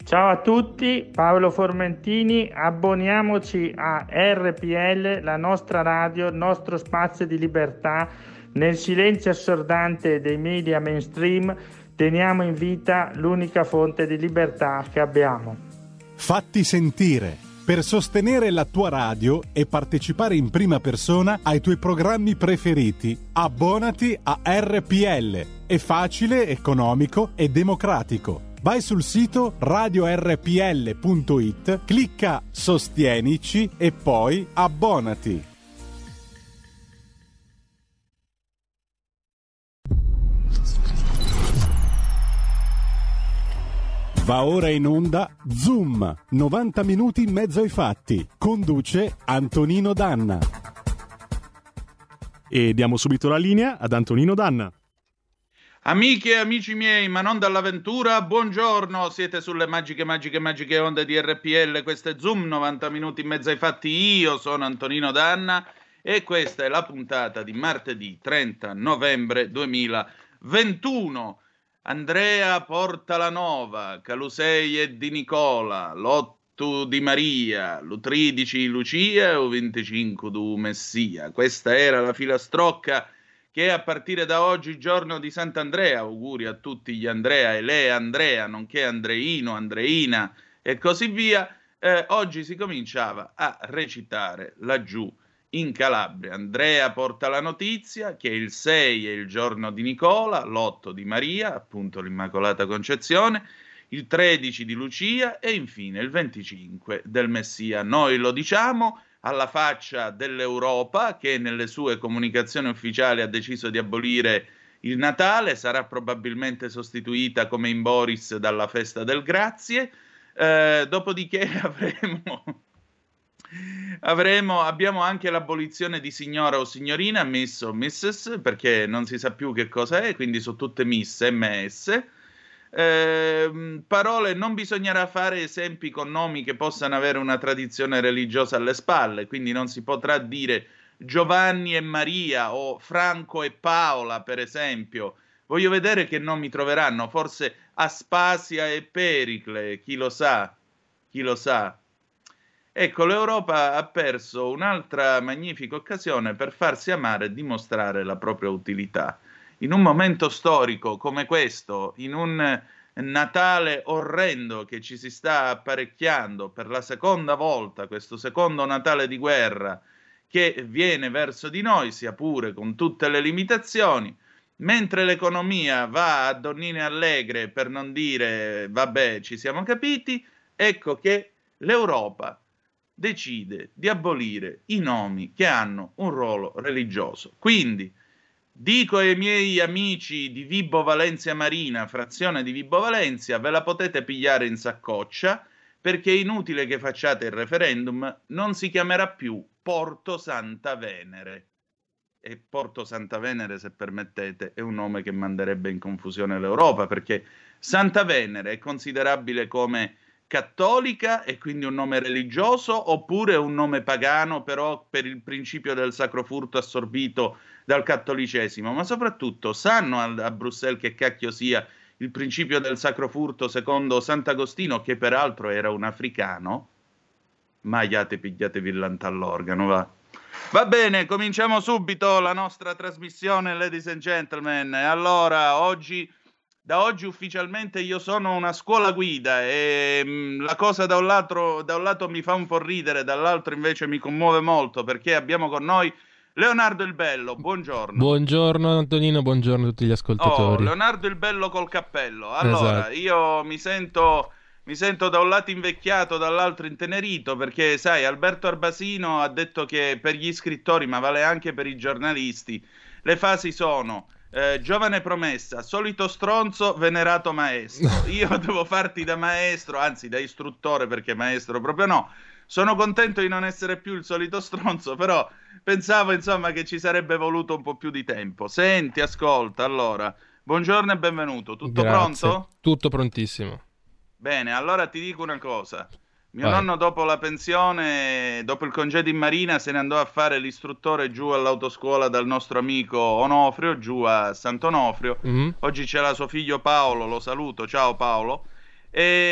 Ciao a tutti, Paolo Formentini, abboniamoci a RPL, la nostra radio, il nostro spazio di libertà. Nel silenzio assordante dei media mainstream teniamo in vita l'unica fonte di libertà che abbiamo. Fatti sentire. Per sostenere la tua radio e partecipare in prima persona ai tuoi programmi preferiti, abbonati a RPL. È facile, economico e democratico. Vai sul sito radiorpl.it, clicca Sostienici e poi abbonati. Va ora in onda Zoom, 90 minuti in mezzo ai fatti. Conduce Antonino Danna. E diamo subito la linea ad Antonino Danna. Amiche e amici miei, ma non dall'avventura, buongiorno, siete sulle magiche onde di RPL, questo è Zoom, 90 minuti in mezzo ai fatti, io sono Antonino Danna e questa è la puntata di martedì 30 novembre 2021. Andrea Portalanova, Calusei e Di Nicola, l'8 di Maria, l'13 Lucia e il 25 du Messia. Questa era la filastrocca che a partire da oggi, giorno di Sant'Andrea, auguri a tutti gli Andrea e le Andrea, nonché Andreino, Andreina e così via, oggi si cominciava a recitare laggiù in Calabria. Andrea porta la notizia che il 6 è il giorno di Nicola, l'8 di Maria, appunto l'Immacolata Concezione, il 13 di Lucia e infine il 25 del Messia. Noi lo diciamo alla faccia dell'Europa che nelle sue comunicazioni ufficiali ha deciso di abolire il Natale, sarà probabilmente sostituita come in Boris dalla festa del grazie, dopodiché abbiamo anche l'abolizione di signora o signorina, miss o missus, perché non si sa più che cosa è, quindi sono tutte miss e mess. Parole, non bisognerà fare esempi con nomi che possano avere una tradizione religiosa alle spalle, quindi non si potrà dire Giovanni e Maria o Franco e Paola, per esempio. Voglio vedere che nomi troveranno, forse Aspasia e Pericle, chi lo sa, chi lo sa. Ecco, l'Europa ha perso un'altra magnifica occasione per farsi amare e dimostrare la propria utilità. In un momento storico come questo, in un Natale orrendo che ci si sta apparecchiando per la seconda volta, questo secondo Natale di guerra che viene verso di noi, sia pure con tutte le limitazioni, mentre l'economia va a donnine allegre per non dire vabbè, ci siamo capiti, ecco che l'Europa decide di abolire i nomi che hanno un ruolo religioso. Quindi dico ai miei amici di Vibo Valentia Marina, frazione di Vibo Valentia, ve la potete pigliare in saccoccia, perché è inutile che facciate il referendum, non si chiamerà più Porto Santa Venere. E Porto Santa Venere, se permettete, è un nome che manderebbe in confusione l'Europa, perché Santa Venere è considerabile come cattolica e quindi un nome religioso, oppure un nome pagano, però per il principio del sacro furto assorbito dal cattolicesimo. Ma soprattutto sanno a Bruxelles che cacchio sia il principio del sacro furto secondo Sant'Agostino, che peraltro era un africano? Pigliatevi l'antall'organo, va. Va bene, cominciamo subito la nostra trasmissione, ladies and gentlemen. Allora, da oggi ufficialmente io sono una scuola guida e la cosa da un lato mi fa un po' ridere, dall'altro invece mi commuove molto, perché abbiamo con noi Leonardo il Bello. Buongiorno. Buongiorno Antonino, buongiorno a tutti gli ascoltatori. Leonardo il Bello col cappello. Allora, esatto. Io mi sento da un lato invecchiato, dall'altro intenerito, perché sai, Alberto Arbasino ha detto che per gli scrittori, ma vale anche per i giornalisti, le fasi sono giovane promessa, solito stronzo, venerato maestro. Io devo farti da maestro, anzi da istruttore, perché maestro proprio no. Sono contento di non essere più il solito stronzo, però pensavo insomma che ci sarebbe voluto un po' più di tempo. Senti, ascolta, allora, buongiorno e benvenuto. Tutto Grazie. Pronto? Tutto prontissimo. Bene, allora ti dico una cosa. Mio nonno dopo la pensione, dopo il congedo in marina, se ne andò a fare l'istruttore giù all'autoscuola dal nostro amico Onofrio, giù a Sant'Onofrio. Oggi c'è suo figlio Paolo, lo saluto, ciao Paolo. E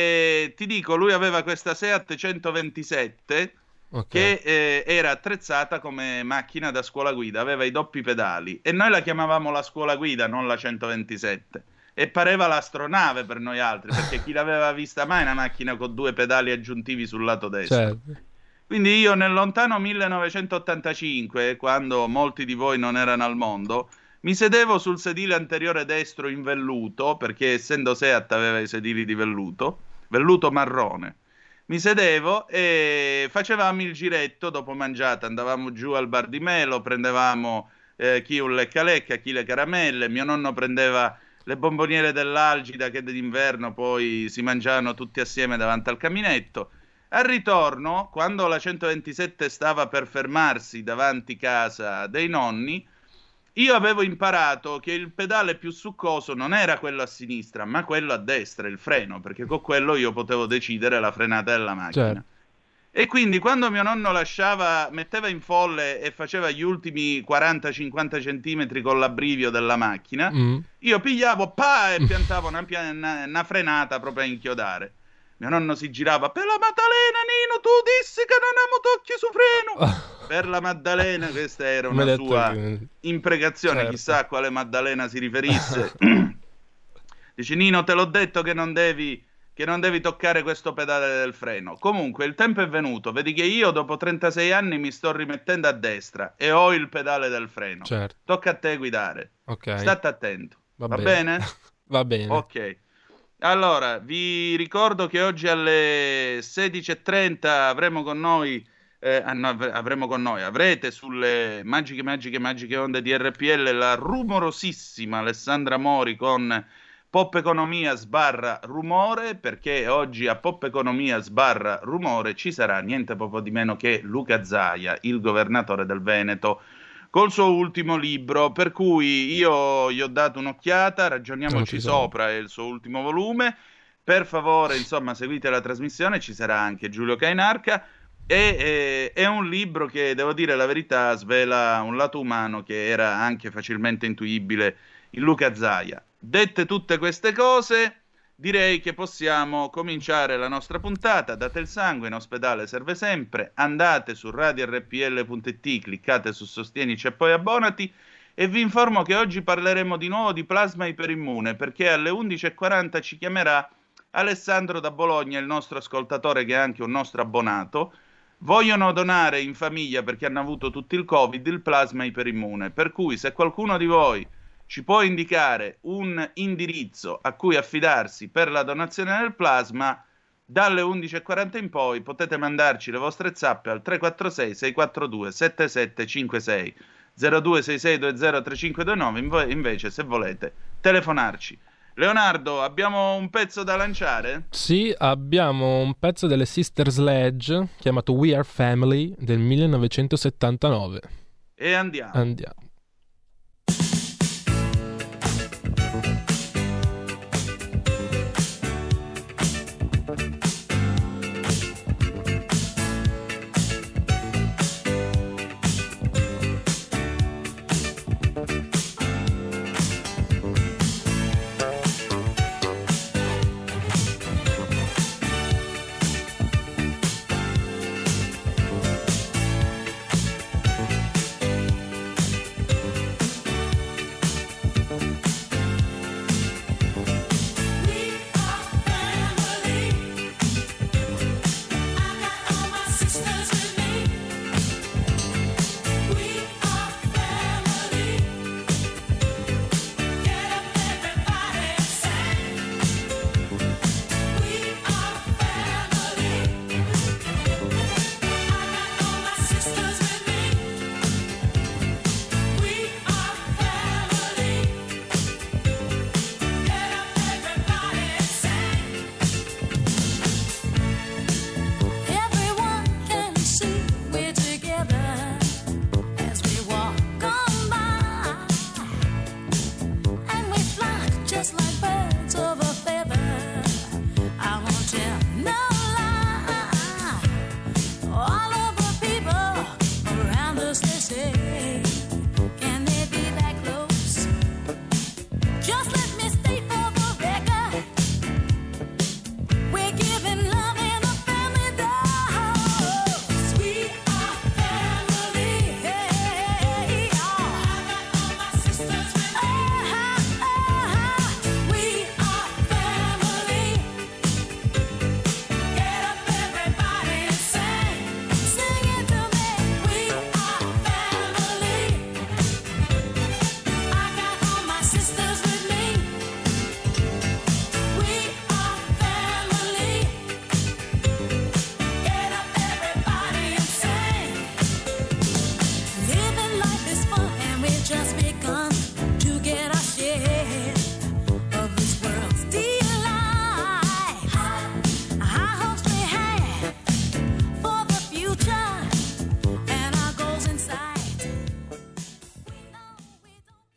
E ti dico, lui aveva questa Seat 127 che era attrezzata come macchina da scuola guida, aveva i doppi pedali e noi la chiamavamo la scuola guida, non la 127. E pareva l'astronave per noi altri, perché chi l'aveva vista mai una macchina con 2 pedali aggiuntivi sul lato destro. Certo. Quindi io nel lontano 1985, quando molti di voi non erano al mondo, mi sedevo sul sedile anteriore destro in velluto, perché essendo Seat aveva i sedili di velluto marrone. Mi sedevo e facevamo il giretto dopo mangiata, andavamo giù al bar di Melo, prendevamo chi un lecca-lecca, chi le caramelle, mio nonno prendeva le bomboniere dell'Algida che d'inverno poi si mangiavano tutti assieme davanti al caminetto. Al ritorno, quando la 127 stava per fermarsi davanti casa dei nonni, io avevo imparato che il pedale più succoso non era quello a sinistra, ma quello a destra, il freno, perché con quello io potevo decidere la frenata della macchina. Certo. E quindi quando mio nonno metteva in folle e faceva gli ultimi 40-50 centimetri con l'abbrivio della macchina, io pigliavo e piantavo una frenata proprio a inchiodare. Mio nonno si girava: per la Maddalena, Nino, tu dissi che non amo tocchi su freno. Per la Maddalena, questa era una sua imprecazione, certo. Chissà a quale Maddalena si riferisse. Dice: Nino, te l'ho detto che non devi toccare questo pedale del freno. Comunque il tempo è venuto, vedi che io dopo 36 anni mi sto rimettendo a destra e ho il pedale del freno. Certo. Tocca a te guidare. Okay. State attento. Va bene? bene? Va bene. Ok. Allora, vi ricordo che oggi alle 16:30 avrete sulle magiche onde di RPL la rumorosissima Alessandra Mori con Pop Economia /rumore, perché oggi a Pop Economia /rumore ci sarà niente poco di meno che Luca Zaia, il governatore del Veneto, col suo ultimo libro, per cui io gli ho dato un'occhiata, ragioniamoci sopra, è il suo ultimo volume. Per favore, insomma, seguite la trasmissione, ci sarà anche Giulio Cainarca. È un libro che, devo dire la verità, svela un lato umano che era anche facilmente intuibile in Luca Zaia. Dette tutte queste cose, direi che possiamo cominciare la nostra puntata. Date il sangue, in ospedale serve sempre. Andate su radiorpl.it, cliccate su Sostienici e poi abbonati. E vi informo che oggi parleremo di nuovo di plasma iperimmune, perché alle 11:40 ci chiamerà Alessandro da Bologna, il nostro ascoltatore che è anche un nostro abbonato. Vogliono donare in famiglia, perché hanno avuto tutti il Covid, il plasma iperimmune. Per cui se qualcuno di voi ci può indicare un indirizzo a cui affidarsi per la donazione del plasma, dalle 11:40 in poi potete mandarci le vostre zappe al 346 642 7756 0266 20 3529. Invece, se volete telefonarci. Leonardo, abbiamo un pezzo da lanciare? Sì, abbiamo un pezzo delle Sister Sledge chiamato We Are Family del 1979. E andiamo.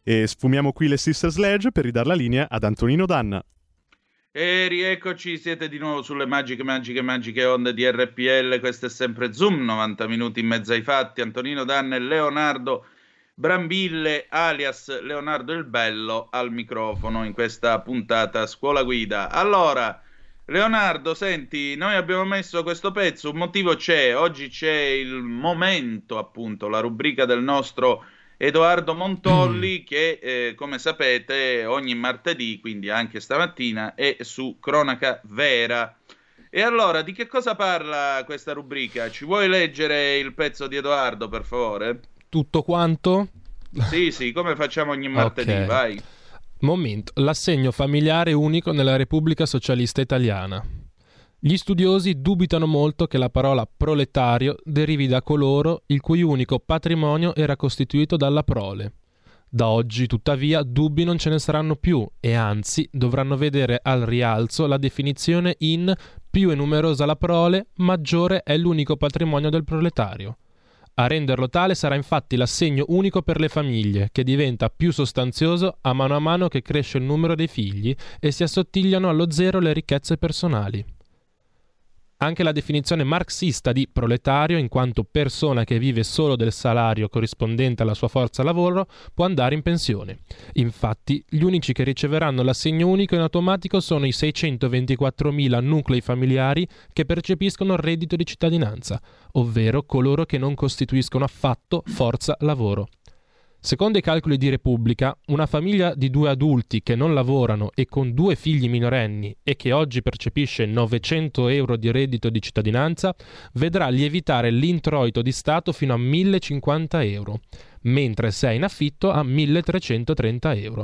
E sfumiamo qui le Sister Sledge per ridare la linea ad Antonino Danna. E rieccoci, siete di nuovo sulle magiche onde di RPL. Questo è sempre Zoom, 90 minuti in mezzo ai fatti. Antonino Danna e Leonardo Brambille, alias Leonardo il Bello, al microfono in questa puntata Scuola Guida. Allora, Leonardo, senti, noi abbiamo messo questo pezzo, un motivo c'è. Oggi c'è il momento, appunto, la rubrica del nostro Edoardo Montolli che, come sapete, ogni martedì, quindi anche stamattina, è su Cronaca Vera. E allora, di che cosa parla questa rubrica? Ci vuoi leggere il pezzo di Edoardo, per favore? Tutto quanto? Sì, come facciamo ogni martedì, Ok. vai. Momento, l'assegno familiare unico nella Repubblica Socialista Italiana. Gli studiosi dubitano molto che la parola proletario derivi da coloro il cui unico patrimonio era costituito dalla prole. Da oggi, tuttavia, dubbi non ce ne saranno più e anzi dovranno vedere al rialzo la definizione in più è numerosa la prole, maggiore è l'unico patrimonio del proletario. A renderlo tale sarà infatti l'assegno unico per le famiglie, che diventa più sostanzioso a mano che cresce il numero dei figli e si assottigliano allo zero le ricchezze personali. Anche la definizione marxista di proletario, in quanto persona che vive solo del salario corrispondente alla sua forza lavoro, può andare in pensione. Infatti, gli unici che riceveranno l'assegno unico in automatico sono i 624.000 nuclei familiari che percepiscono il reddito di cittadinanza, ovvero coloro che non costituiscono affatto forza lavoro. Secondo i calcoli di Repubblica, una famiglia di 2 adulti che non lavorano e con 2 figli minorenni e che oggi percepisce 900 euro di reddito di cittadinanza vedrà lievitare l'introito di Stato fino a 1.050 euro, mentre se è in affitto a 1.330 euro.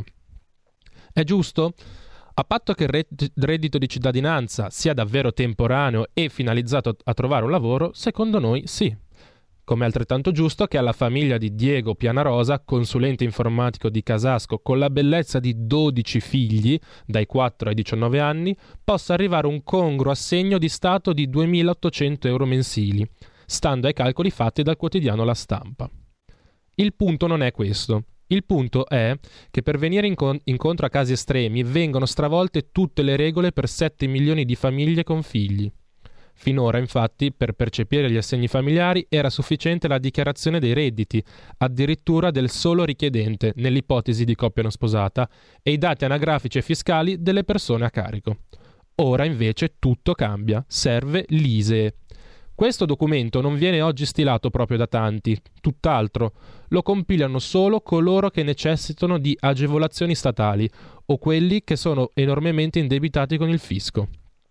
È giusto? A patto che il reddito di cittadinanza sia davvero temporaneo e finalizzato a trovare un lavoro, secondo noi sì. Come è altrettanto giusto che alla famiglia di Diego Pianarosa, consulente informatico di Casasco con la bellezza di 12 figli, dai 4 ai 19 anni, possa arrivare un congruo assegno di Stato di 2.800 euro mensili, stando ai calcoli fatti dal quotidiano La Stampa. Il punto non è questo. Il punto è che per venire incontro a casi estremi vengono stravolte tutte le regole per 7 milioni di famiglie con figli. Finora, infatti, per percepire gli assegni familiari era sufficiente la dichiarazione dei redditi, addirittura del solo richiedente, nell'ipotesi di coppia non sposata, e i dati anagrafici e fiscali delle persone a carico. Ora, invece, tutto cambia. Serve l'ISEE. Questo documento non viene oggi stilato proprio da tanti, tutt'altro. Lo compilano solo coloro che necessitano di agevolazioni statali o quelli che sono enormemente indebitati con il fisco.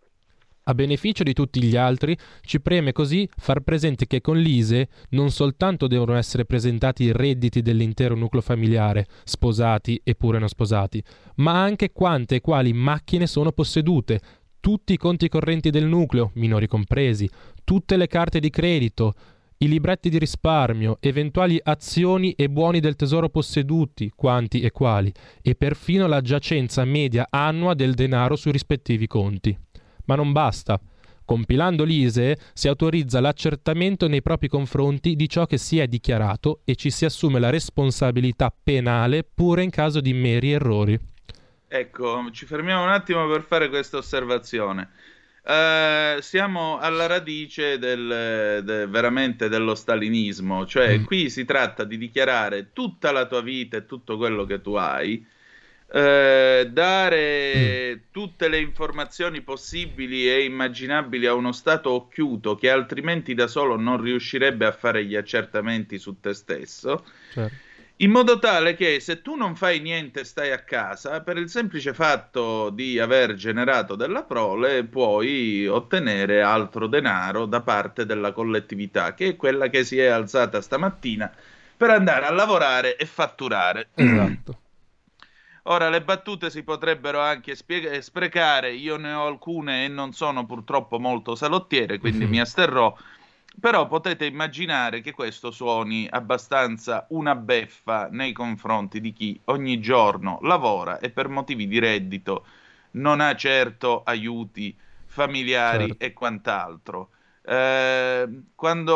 A beneficio di tutti gli altri, ci preme così far presente che con l'ISEE non soltanto devono essere presentati i redditi dell'intero nucleo familiare, sposati e pure non sposati, ma anche quante e quali macchine sono possedute, tutti i conti correnti del nucleo, minori compresi, tutte le carte di credito, i libretti di risparmio, eventuali azioni e buoni del tesoro posseduti, quanti e quali, e perfino la giacenza media annua del denaro sui rispettivi conti. Ma non basta. Compilando l'ISEE si autorizza l'accertamento nei propri confronti di ciò che si è dichiarato e ci si assume la responsabilità penale pure in caso di meri errori. Ecco, ci fermiamo un attimo per fare questa osservazione. Siamo alla radice veramente dello stalinismo, cioè qui si tratta di dichiarare tutta la tua vita e tutto quello che tu hai, dare tutte le informazioni possibili e immaginabili a uno stato occhiuto che altrimenti da solo non riuscirebbe a fare gli accertamenti su te stesso, Certo. in modo tale che se tu non fai niente, stai a casa, per il semplice fatto di aver generato della prole, puoi ottenere altro denaro da parte della collettività, che è quella che si è alzata stamattina per andare a lavorare e fatturare. Esatto. Ora, le battute si potrebbero anche sprecare, io ne ho alcune e non sono purtroppo molto salottiere, quindi mi asterrò, però potete immaginare che questo suoni abbastanza una beffa nei confronti di chi ogni giorno lavora e per motivi di reddito non ha certo aiuti familiari Certo. e quant'altro.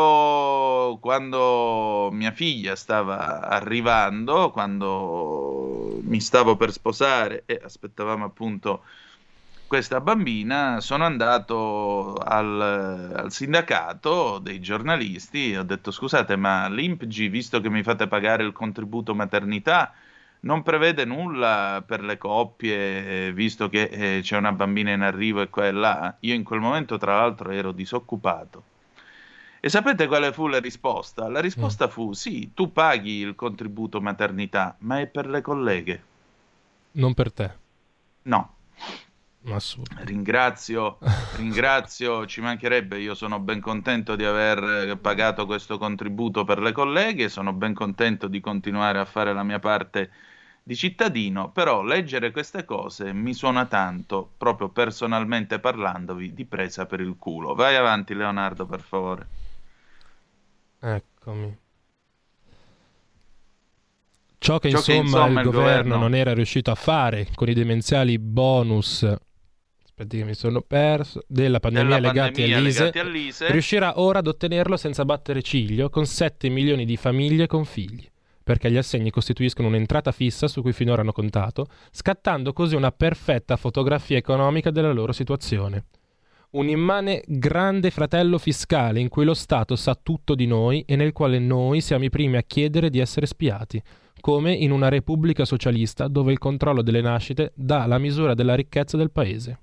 Quando mia figlia stava arrivando, quando mi stavo per sposare e aspettavamo appunto questa bambina, sono andato al sindacato dei giornalisti e ho detto: scusate, ma l'INPGI, visto che mi fate pagare il contributo maternità, non prevede nulla per le coppie, visto che c'è una bambina in arrivo e qua e là? Io in quel momento, tra l'altro, ero disoccupato. E sapete quale fu la risposta? La risposta fu: sì, tu paghi il contributo maternità, ma è per le colleghe. Non per te. No. Assurdo. Ringrazio, ci mancherebbe, io sono ben contento di aver pagato questo contributo per le colleghe, sono ben contento di continuare a fare la mia parte di cittadino, però leggere queste cose mi suona tanto, proprio personalmente parlandovi, di presa per il culo. Vai avanti, Leonardo, per favore. Eccomi. Ciò che insomma il governo non era riuscito a fare con i demenziali bonus, aspetti che mi sono perso, della pandemia legati all'ISE, riuscirà ora ad ottenerlo senza battere ciglio con 7 milioni di famiglie con figli, perché gli assegni costituiscono un'entrata fissa su cui finora hanno contato, scattando così una perfetta fotografia economica della loro situazione. Un immane grande fratello fiscale in cui lo Stato sa tutto di noi e nel quale noi siamo i primi a chiedere di essere spiati, come in una repubblica socialista dove il controllo delle nascite dà la misura della ricchezza del paese.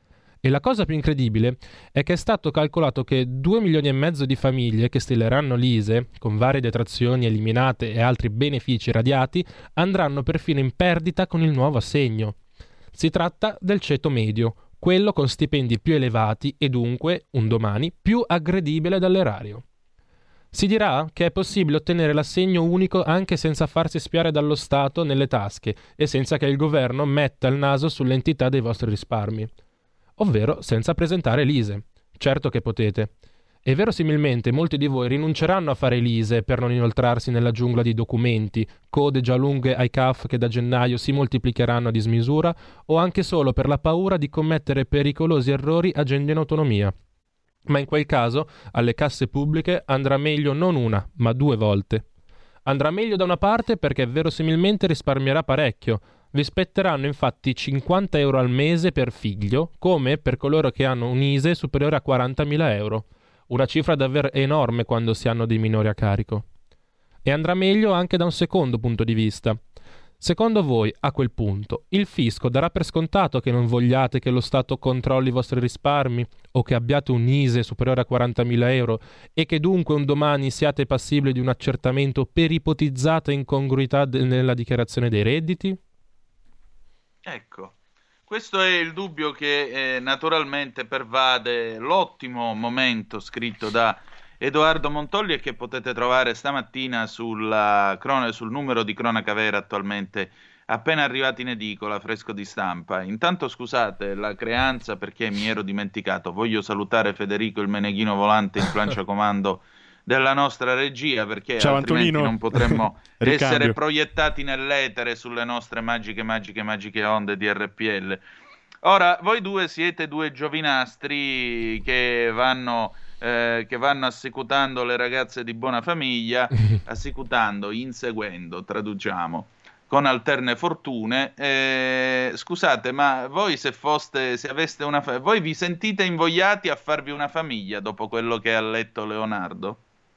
E la cosa più incredibile è che è stato calcolato che 2 milioni e mezzo di famiglie che stileranno l'ISE, con varie detrazioni eliminate e altri benefici radiati, andranno perfino in perdita con il nuovo assegno. Si tratta del ceto medio, quello con stipendi più elevati e dunque, un domani, più aggredibile dall'erario. Si dirà che è possibile ottenere l'assegno unico anche senza farsi spiare dallo Stato nelle tasche e senza che il governo metta il naso sull'entità dei vostri risparmi, ovvero senza presentare l'ISE. Certo che potete. E verosimilmente molti di voi rinunceranno a fare l'ISE per non inoltrarsi nella giungla di documenti, code già lunghe ai CAF che da gennaio si moltiplicheranno a dismisura, o anche solo per la paura di commettere pericolosi errori agendo in autonomia. Ma in quel caso alle casse pubbliche andrà meglio non una, ma 2 volte. Andrà meglio da una parte perché verosimilmente risparmierà parecchio. Vi spetteranno infatti 50 euro al mese per figlio, come per coloro che hanno un ISE superiore a 40.000 euro. Una cifra davvero enorme quando si hanno dei minori a carico. E andrà meglio anche da un secondo punto di vista. Secondo voi, a quel punto, il fisco darà per scontato che non vogliate che lo Stato controlli i vostri risparmi o che abbiate un ISE superiore a 40.000 euro e che dunque un domani siate passibili di un accertamento per ipotizzata incongruità nella dichiarazione dei redditi? Ecco, questo è il dubbio che naturalmente pervade l'ottimo momento scritto da Edoardo Montolli e che potete trovare stamattina sul numero di Cronaca Vera attualmente appena arrivati in edicola, fresco di stampa. Intanto scusate la creanza perché mi ero dimenticato, voglio salutare Federico il Meneghino volante in plancia comando della nostra regia, perché ciao, altrimenti Antonino. Non potremmo essere proiettati nell'etere sulle nostre magiche onde di RPL. Ora, voi due siete 2 giovinastri che vanno assecutando le ragazze di buona famiglia, inseguendo, traduciamo, con alterne fortune. Scusate, ma voi se aveste voi vi sentite invogliati a farvi una famiglia dopo quello che ha letto Leonardo?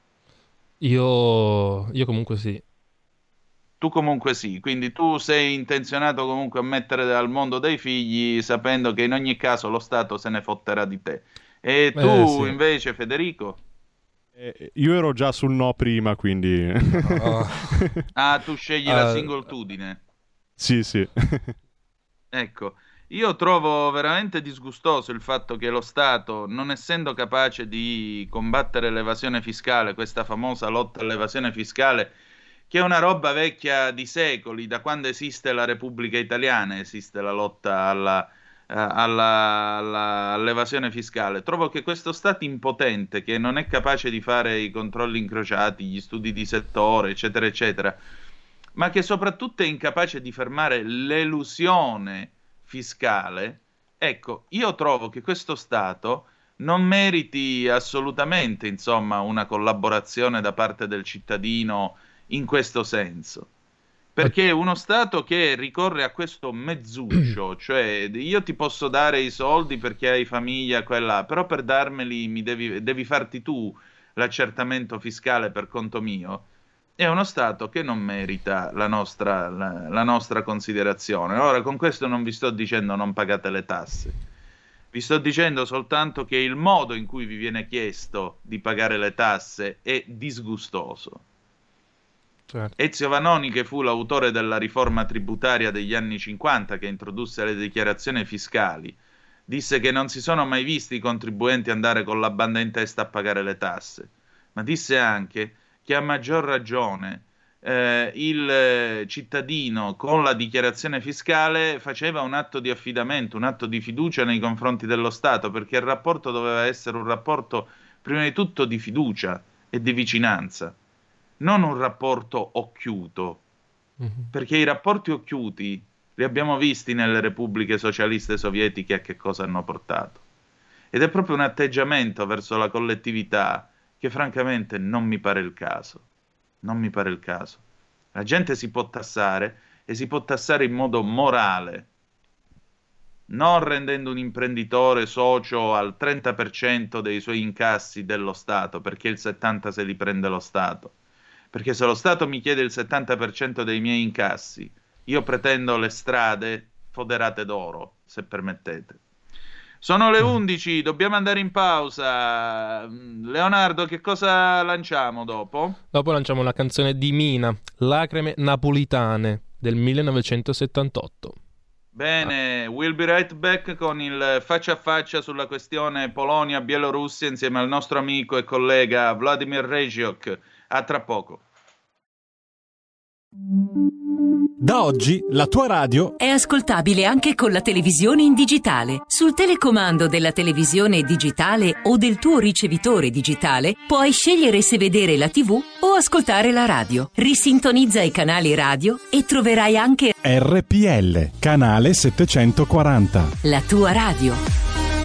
Io comunque sì. Tu comunque sì, quindi tu sei intenzionato comunque a mettere al mondo dei figli sapendo che in ogni caso lo Stato se ne fotterà di te. E tu sì. invece, Federico? Io ero già sul no prima, quindi... Oh. Ah, tu scegli la singoltudine. Sì. Ecco, io trovo veramente disgustoso il fatto che lo Stato, non essendo capace di combattere l'evasione fiscale, questa famosa lotta all'evasione fiscale, che è una roba vecchia di secoli, da quando esiste la Repubblica Italiana, esiste la lotta all'evasione fiscale. Trovo che questo Stato impotente, che non è capace di fare i controlli incrociati, gli studi di settore, eccetera, eccetera, ma che soprattutto è incapace di fermare l'elusione fiscale, ecco, io trovo che questo Stato non meriti assolutamente, insomma, una collaborazione da parte del cittadino in questo senso. Perché uno Stato che ricorre a questo mezzuccio, cioè io ti posso dare i soldi perché hai famiglia, quella, però per darmeli devi farti tu l'accertamento fiscale per conto mio, è uno Stato che non merita la nostra considerazione. Ora, con questo non vi sto dicendo non pagate le tasse, vi sto dicendo soltanto che il modo in cui vi viene chiesto di pagare le tasse è disgustoso. Certo. Ezio Vanoni, che fu l'autore della riforma tributaria degli anni 50, che introdusse le dichiarazioni fiscali, disse che non si sono mai visti i contribuenti andare con la banda in testa a pagare le tasse, ma disse anche che a maggior ragione il cittadino con la dichiarazione fiscale faceva un atto di affidamento, un atto di fiducia nei confronti dello Stato, perché il rapporto doveva essere un rapporto prima di tutto di fiducia e di vicinanza, non un rapporto occhiuto, perché i rapporti occhiuti li abbiamo visti nelle repubbliche socialiste sovietiche a che cosa hanno portato. Ed è proprio un atteggiamento verso la collettività che francamente non mi pare il caso. Non mi pare il caso. La gente si può tassare e si può tassare in modo morale, non rendendo un imprenditore socio al 30% dei suoi incassi dello Stato, perché il 70% se li prende lo Stato. Perché se lo Stato mi chiede il 70% dei miei incassi, io pretendo le strade foderate d'oro, se permettete. Sono le 11, dobbiamo andare in pausa. Leonardo, che cosa lanciamo dopo? Dopo lanciamo una canzone di Mina, Lacrime napolitane, del 1978. Bene, we'll be right back con il faccia a faccia sulla questione Polonia-Bielorussia insieme al nostro amico e collega Vladimir Regiok. A tra poco. Da oggi la tua radio è ascoltabile anche con la televisione in digitale. Sul telecomando della televisione digitale o del tuo ricevitore digitale puoi scegliere se vedere la TV o ascoltare la radio. Risintonizza i canali radio e troverai anche RPL, canale 740. La tua radio.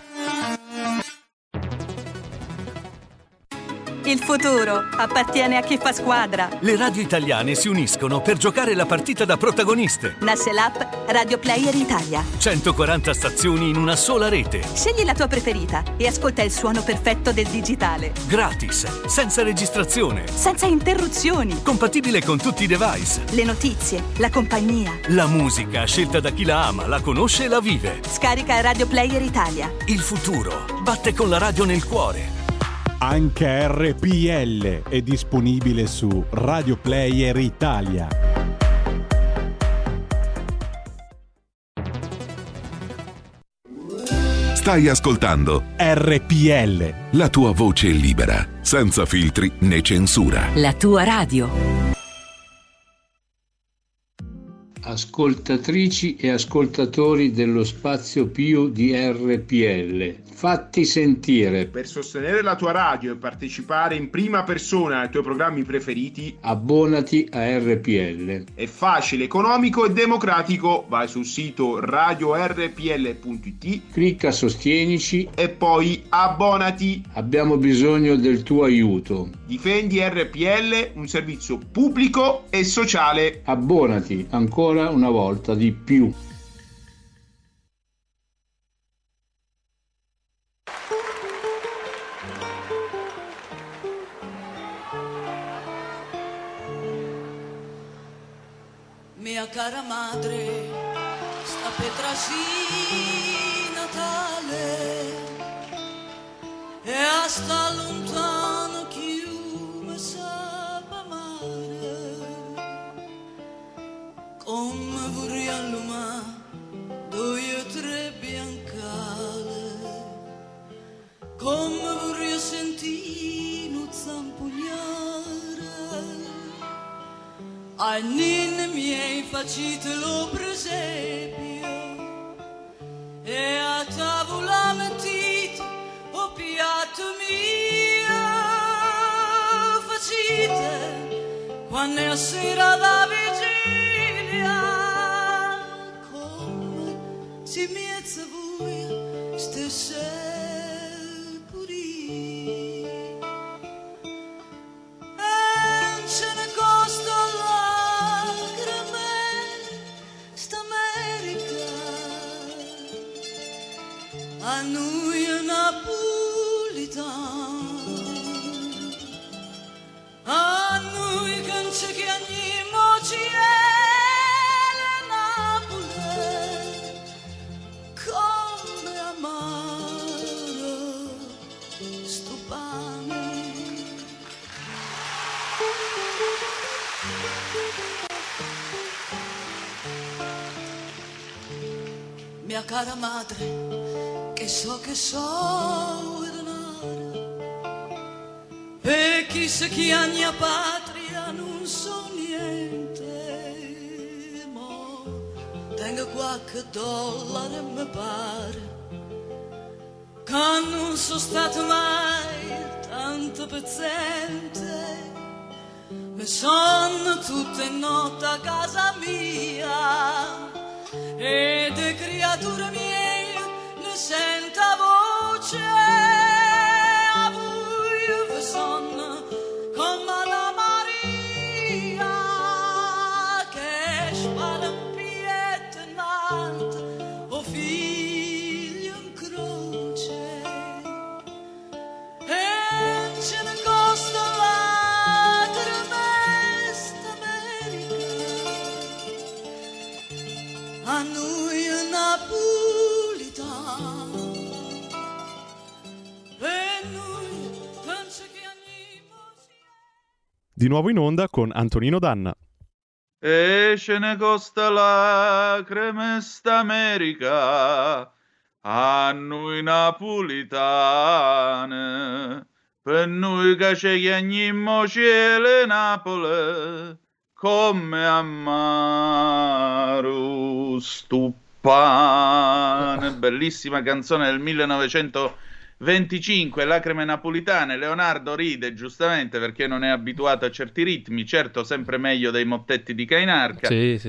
Il futuro appartiene a chi fa squadra. Le radio italiane si uniscono per giocare la partita da protagoniste. Nasce l'app Radio Player Italia. 140 stazioni in una sola rete. Scegli la tua preferita e ascolta il suono perfetto del digitale. Gratis, senza registrazione. Senza interruzioni. Compatibile con tutti i device. Le notizie, la compagnia. La musica, scelta da chi la ama, la conosce e la vive. Scarica Radio Player Italia. Il futuro batte con la radio nel cuore. Anche RPL è disponibile su Radio Player Italia. Stai ascoltando RPL, la tua voce libera, senza filtri né censura. La tua radio. Ascoltatrici e ascoltatori dello spazio Pio di RPL, fatti sentire. Per sostenere la tua radio e partecipare in prima persona ai tuoi programmi preferiti, abbonati a RPL. È facile, economico e democratico. Vai sul sito radiorpl.it, clicca Sostienici e poi abbonati. Abbiamo bisogno del tuo aiuto. Difendi RPL, un servizio pubblico e sociale. Abbonati ancora una volta di più. Mia cara madre, sta per trasì Natale e a sta lontano chiume sape mare, come vorrei allumare 2 o 3 biancale, come vorrei sentire un zampugnare. Ai ninni miei facitelo presepio e a tavola mettite o piatto mio facite quando è sera da vigilia, come si miezza voi stesse ce ne costa lacrime penso che ogni moci è Napoli, come amaro sto pane. Mia cara madre, che so e chissà chi a mia patria non so niente, ma tengo qualche dollaro mi pare, che non sono stato mai tanto pezzente, mi sono tutte notte a casa mia e de creature mie ne senta voce. Son come la Maria che spalampietta nant o figlio in croce e ce ne costa lacrime st'America a noi napolitani e noi penso che Di nuovo in onda con Antonino Danna. E ce ne costa lacrime st'America a noi napolitane, per noi che ci chiamimmo cielo Napoli, come amaro stupane. Bellissima canzone del 1925, Lacrime napolitane. Leonardo ride giustamente perché non è abituato a certi ritmi, certo sempre meglio dei mottetti di Cainarca. Sì.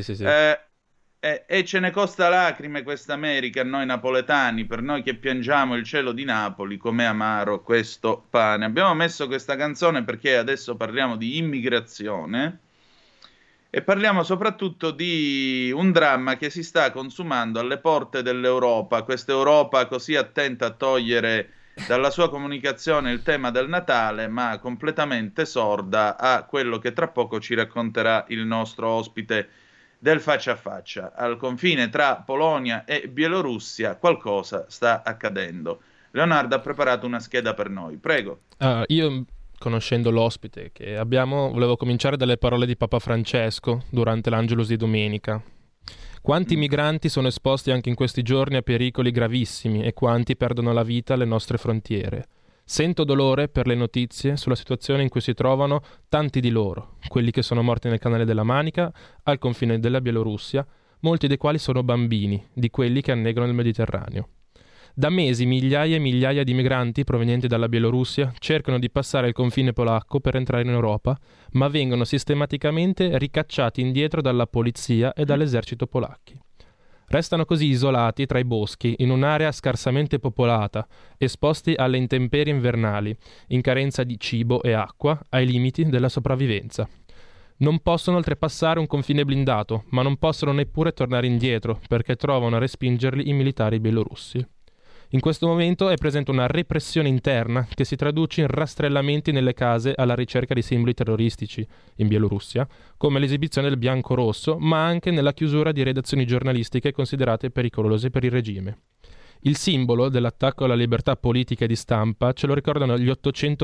E ce ne costa lacrime questa America a noi napoletani, per noi che piangiamo il cielo di Napoli, com'è amaro questo pane. Abbiamo messo questa canzone perché adesso parliamo di immigrazione e parliamo soprattutto di un dramma che si sta consumando alle porte dell'Europa, questa Europa così attenta a togliere dalla sua comunicazione il tema del Natale, ma completamente sorda a quello che tra poco ci racconterà il nostro ospite del Faccia a Faccia. Al confine tra Polonia e Bielorussia qualcosa sta accadendo. Leonardo ha preparato una scheda per noi, prego. Io, conoscendo l'ospite che abbiamo, volevo cominciare dalle parole di Papa Francesco durante l'Angelus di domenica. Quanti migranti sono esposti anche in questi giorni a pericoli gravissimi e quanti perdono la vita alle nostre frontiere. Sento dolore per le notizie sulla situazione in cui si trovano tanti di loro, quelli che sono morti nel canale della Manica, al confine della Bielorussia, molti dei quali sono bambini, di quelli che annegano il Mediterraneo. Da mesi migliaia e migliaia di migranti provenienti dalla Bielorussia cercano di passare il confine polacco per entrare in Europa, ma vengono sistematicamente ricacciati indietro dalla polizia e dall'esercito polacchi. Restano così isolati tra i boschi, in un'area scarsamente popolata, esposti alle intemperie invernali, in carenza di cibo e acqua, ai limiti della sopravvivenza. Non possono oltrepassare un confine blindato, ma non possono neppure tornare indietro, perché trovano a respingerli i militari bielorussi. In questo momento è presente una repressione interna che si traduce in rastrellamenti nelle case alla ricerca di simboli terroristici in Bielorussia, come l'esibizione del bianco rosso, ma anche nella chiusura di redazioni giornalistiche considerate pericolose per il regime. Il simbolo dell'attacco alla libertà politica e di stampa ce lo ricordano gli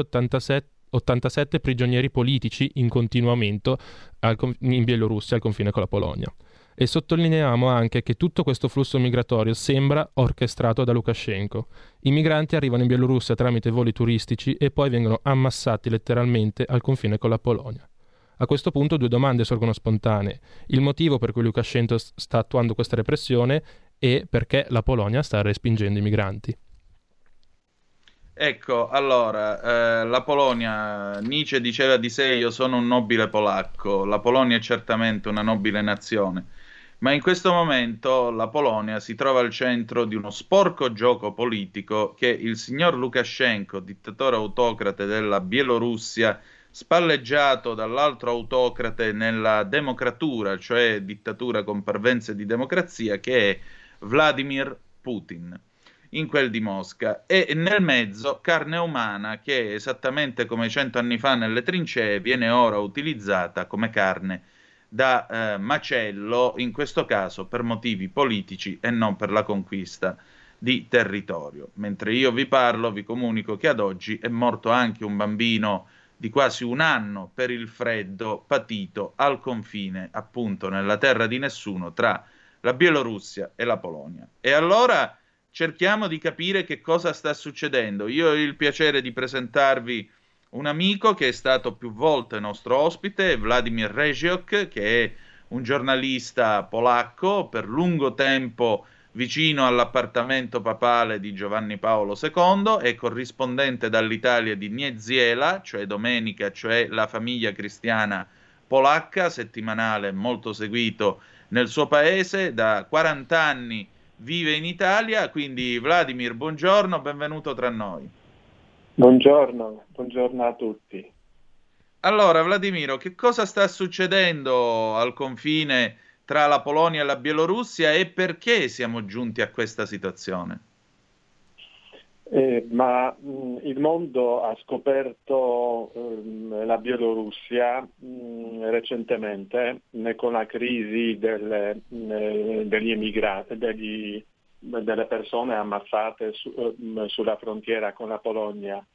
887 prigionieri politici in continuo aumento in Bielorussia al confine con la Polonia. E sottolineiamo anche che tutto questo flusso migratorio sembra orchestrato da Lukashenko. I migranti arrivano in Bielorussia tramite voli turistici e poi vengono ammassati letteralmente al confine con la Polonia. A questo punto due domande sorgono spontanee: il motivo per cui Lukashenko sta attuando questa repressione e perché la Polonia sta respingendo i migranti. Ecco, allora, la Polonia, Nietzsche diceva di sé: io sono un nobile polacco. La Polonia è certamente una nobile nazione, ma in questo momento la Polonia si trova al centro di uno sporco gioco politico che il signor Lukashenko, dittatore autocrate della Bielorussia, spalleggiato dall'altro autocrate nella democratura, cioè dittatura con parvenze di democrazia, che è Vladimir Putin. in quel di Mosca, e nel mezzo carne umana che, esattamente come 100 anni fa nelle trincee, viene ora utilizzata come carne da macello, in questo caso per motivi politici e non per la conquista di territorio. Mentre io vi parlo, vi comunico che ad oggi è morto anche un bambino di quasi 1 anno per il freddo patito al confine, appunto nella terra di nessuno, tra la Bielorussia e la Polonia. E allora cerchiamo di capire che cosa sta succedendo. Io ho il piacere di presentarvi un amico che è stato più volte nostro ospite, Vladimir Regiok, che è un giornalista polacco, per lungo tempo vicino all'appartamento papale di Giovanni Paolo II, è corrispondente dall'Italia di Niedziela, cioè Domenica, cioè la famiglia cristiana polacca, settimanale molto seguito nel suo paese, da 40 anni vive in Italia, quindi Vladimir, buongiorno, benvenuto tra noi. Buongiorno a tutti. Allora, Vladimiro, che cosa sta succedendo al confine tra la Polonia e la Bielorussia e perché siamo giunti a questa situazione? Il mondo ha scoperto la Bielorussia recentemente con la crisi degli emigranti, delle persone ammazzate sulla frontiera con la Polonia.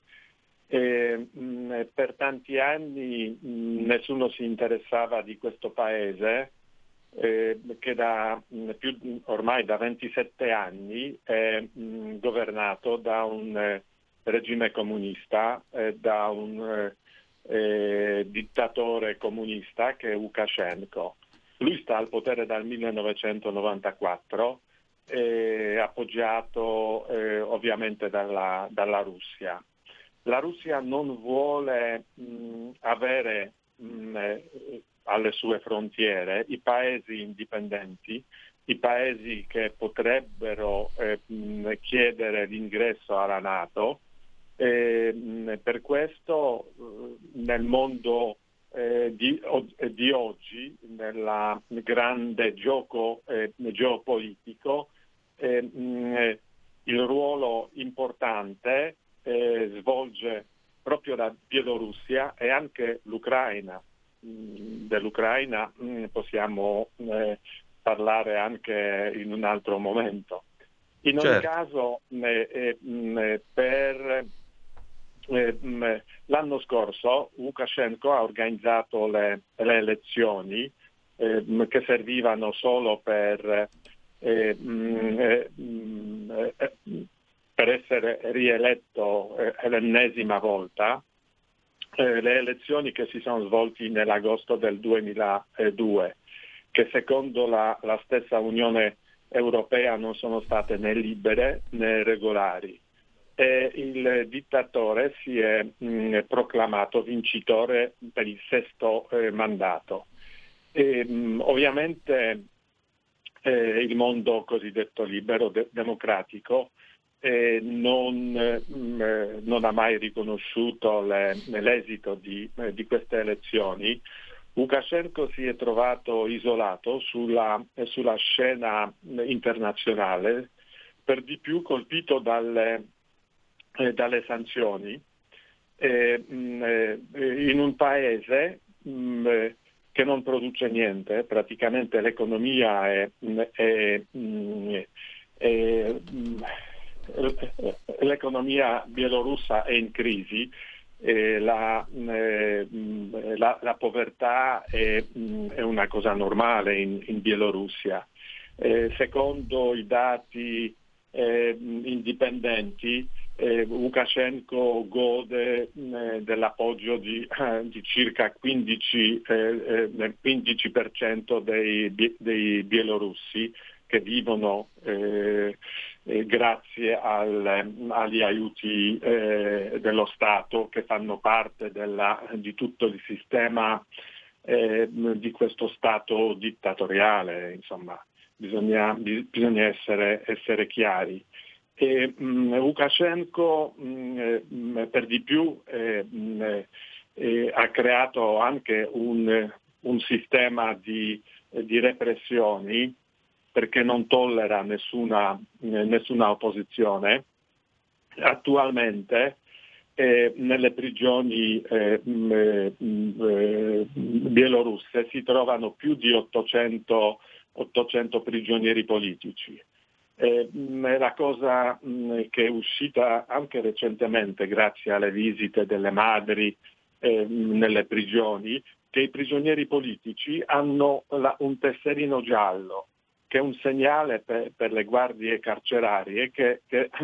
Per tanti anni nessuno si interessava di questo paese che ormai da 27 anni è governato da un regime comunista, da un dittatore comunista che è Lukashenko. Lui sta al potere dal 1994, appoggiato ovviamente dalla Russia. La Russia non vuole avere alle sue frontiere i paesi indipendenti, i paesi che potrebbero chiedere l'ingresso alla NATO. Per questo nel mondo di oggi, nel grande gioco geopolitico, il ruolo importante svolge proprio la Bielorussia e anche l'Ucraina. Dell'Ucraina possiamo parlare anche in un altro momento. In ogni caso, l'anno scorso Lukashenko ha organizzato le elezioni che servivano solo per essere rieletto l'ennesima volta. Le elezioni che si sono svolte nell'agosto del 2002, che secondo la stessa Unione Europea non sono state né libere né regolari. E il dittatore si è proclamato vincitore per il 6° mandato. Ovviamente il mondo cosiddetto libero, democratico, non ha mai riconosciuto l'esito di queste elezioni. Lukashenko si è trovato isolato sulla scena internazionale, per di più colpito dalle sanzioni, in un paese che non produce niente, praticamente l'economia l'economia bielorussa è in crisi, la povertà è una cosa normale in Bielorussia. Secondo i dati indipendenti, Lukashenko gode dell'appoggio di circa 15% dei bielorussi che vivono grazie agli aiuti dello Stato, che fanno parte di tutto il sistema di questo Stato dittatoriale. Insomma, bisogna essere chiari. E Lukashenko per di più ha creato anche un sistema di repressioni perché non tollera nessuna opposizione. Attualmente nelle prigioni bielorusse si trovano più di 800 prigionieri politici. La cosa che è uscita anche recentemente grazie alle visite delle madri nelle prigioni, che i prigionieri politici hanno un tesserino giallo, che è un segnale per le guardie carcerarie che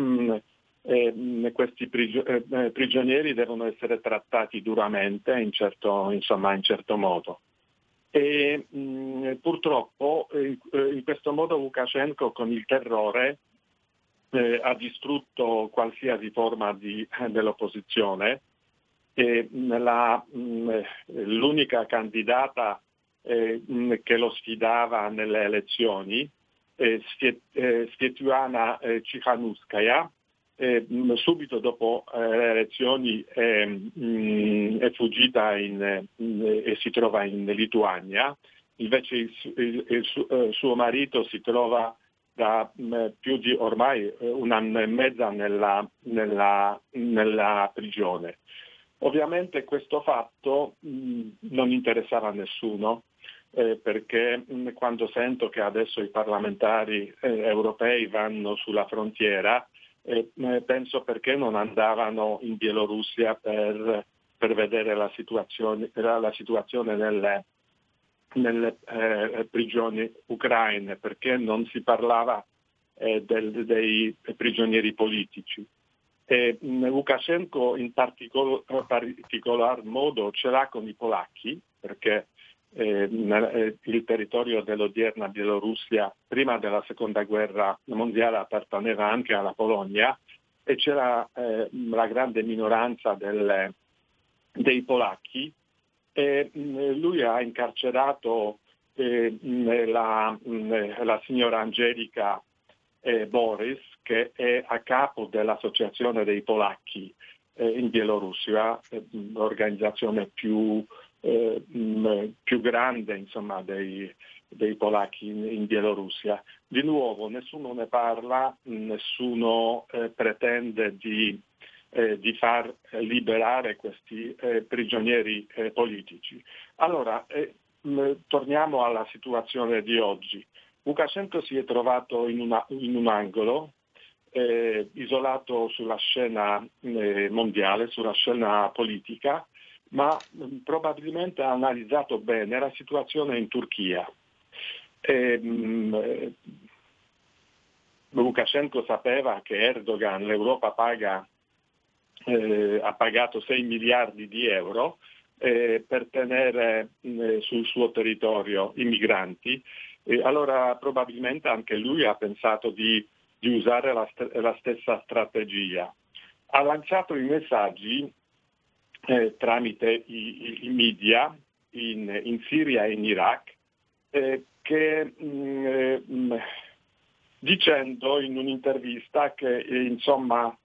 questi prigionieri devono essere trattati duramente in certo modo. E purtroppo in questo modo Lukashenko con il terrore ha distrutto qualsiasi forma dell'opposizione. E l'unica candidata che lo sfidava nelle elezioni, Svetlana Tsikhanouskaya, subito dopo le elezioni è fuggita e si trova in Lituania. Invece il suo marito si trova da più di ormai un anno e mezzo nella prigione. Ovviamente questo fatto non interessava a nessuno, perché quando sento che adesso i parlamentari europei vanno sulla frontiera, penso perché non andavano in Bielorussia per vedere la situazione nelle prigioni ucraine, perché non si parlava dei prigionieri politici. E Lukashenko in particolar modo ce l'ha con i polacchi, perché il territorio dell'odierna Bielorussia prima della seconda guerra mondiale apparteneva anche alla Polonia e c'era la grande minoranza dei polacchi, e lui ha incarcerato la signora Angelica Boris, che è a capo dell'Associazione dei Polacchi in Bielorussia, l'organizzazione più grande insomma dei polacchi in Bielorussia. Di nuovo nessuno ne parla, nessuno pretende di far liberare questi prigionieri politici. Allora, torniamo alla situazione di oggi. Lukashenko si è trovato in un angolo, isolato sulla scena mondiale, sulla scena politica, ma probabilmente ha analizzato bene la situazione in Turchia. Lukashenko sapeva che Erdogan, l'Europa ha pagato 6 miliardi di euro per tenere sul suo territorio i migranti, e allora probabilmente anche lui ha pensato di usare la stessa strategia. Ha lanciato i messaggi tramite i media in Siria e in Iraq, dicendo in un'intervista che insomma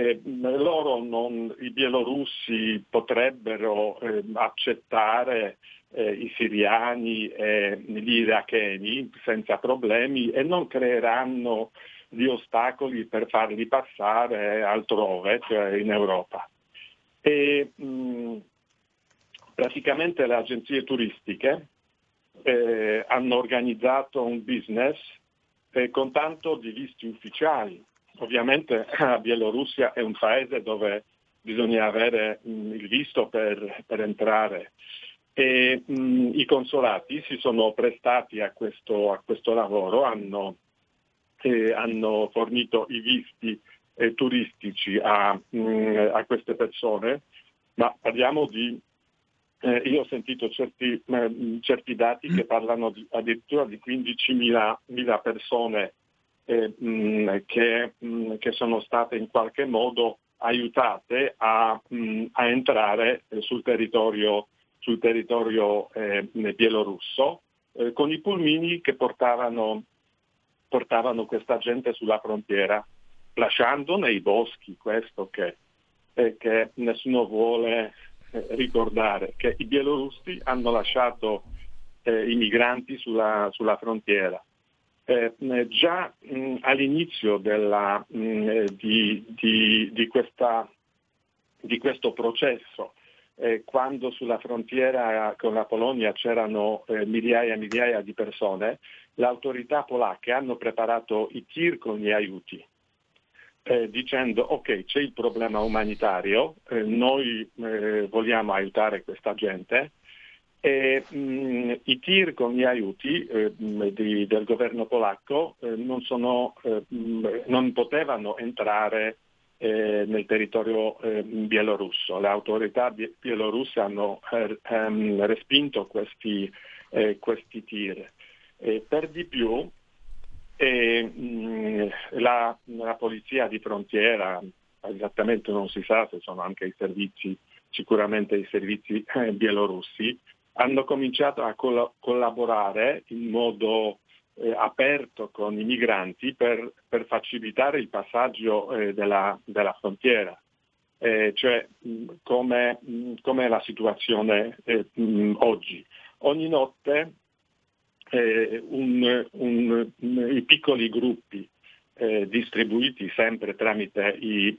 i bielorussi potrebbero accettare i siriani e gli iracheni senza problemi e non creeranno gli ostacoli per farli passare altrove, cioè in Europa. E praticamente le agenzie turistiche hanno organizzato un business con tanto di visti ufficiali. Ovviamente la Bielorussia è un paese dove bisogna avere il visto per entrare, e i consolati si sono prestati a questo lavoro, hanno fornito i visti turistici a queste persone, ma parliamo io ho sentito certi dati che parlano addirittura di 15.000 persone che sono state in qualche modo aiutate a entrare sul territorio bielorusso con i pulmini che portavano questa gente sulla frontiera, lasciando nei boschi questo che nessuno vuole ricordare, che i bielorussi hanno lasciato i migranti sulla frontiera. Già all'inizio di questo processo, quando sulla frontiera con la Polonia c'erano migliaia e migliaia di persone, le autorità polacche hanno preparato i tir con gli aiuti, dicendo ok, c'è il problema umanitario, noi vogliamo aiutare questa gente, e i tir con gli aiuti del governo polacco non potevano entrare nel territorio bielorusso. Le autorità bielorusse hanno respinto questi tir. Per di più la polizia di frontiera, esattamente non si sa se sono anche i servizi, sicuramente i servizi bielorussi, hanno cominciato a collaborare in modo aperto con i migranti per facilitare il passaggio della frontiera. Cioè come è la situazione oggi. Ogni notte i piccoli gruppi distribuiti sempre tramite i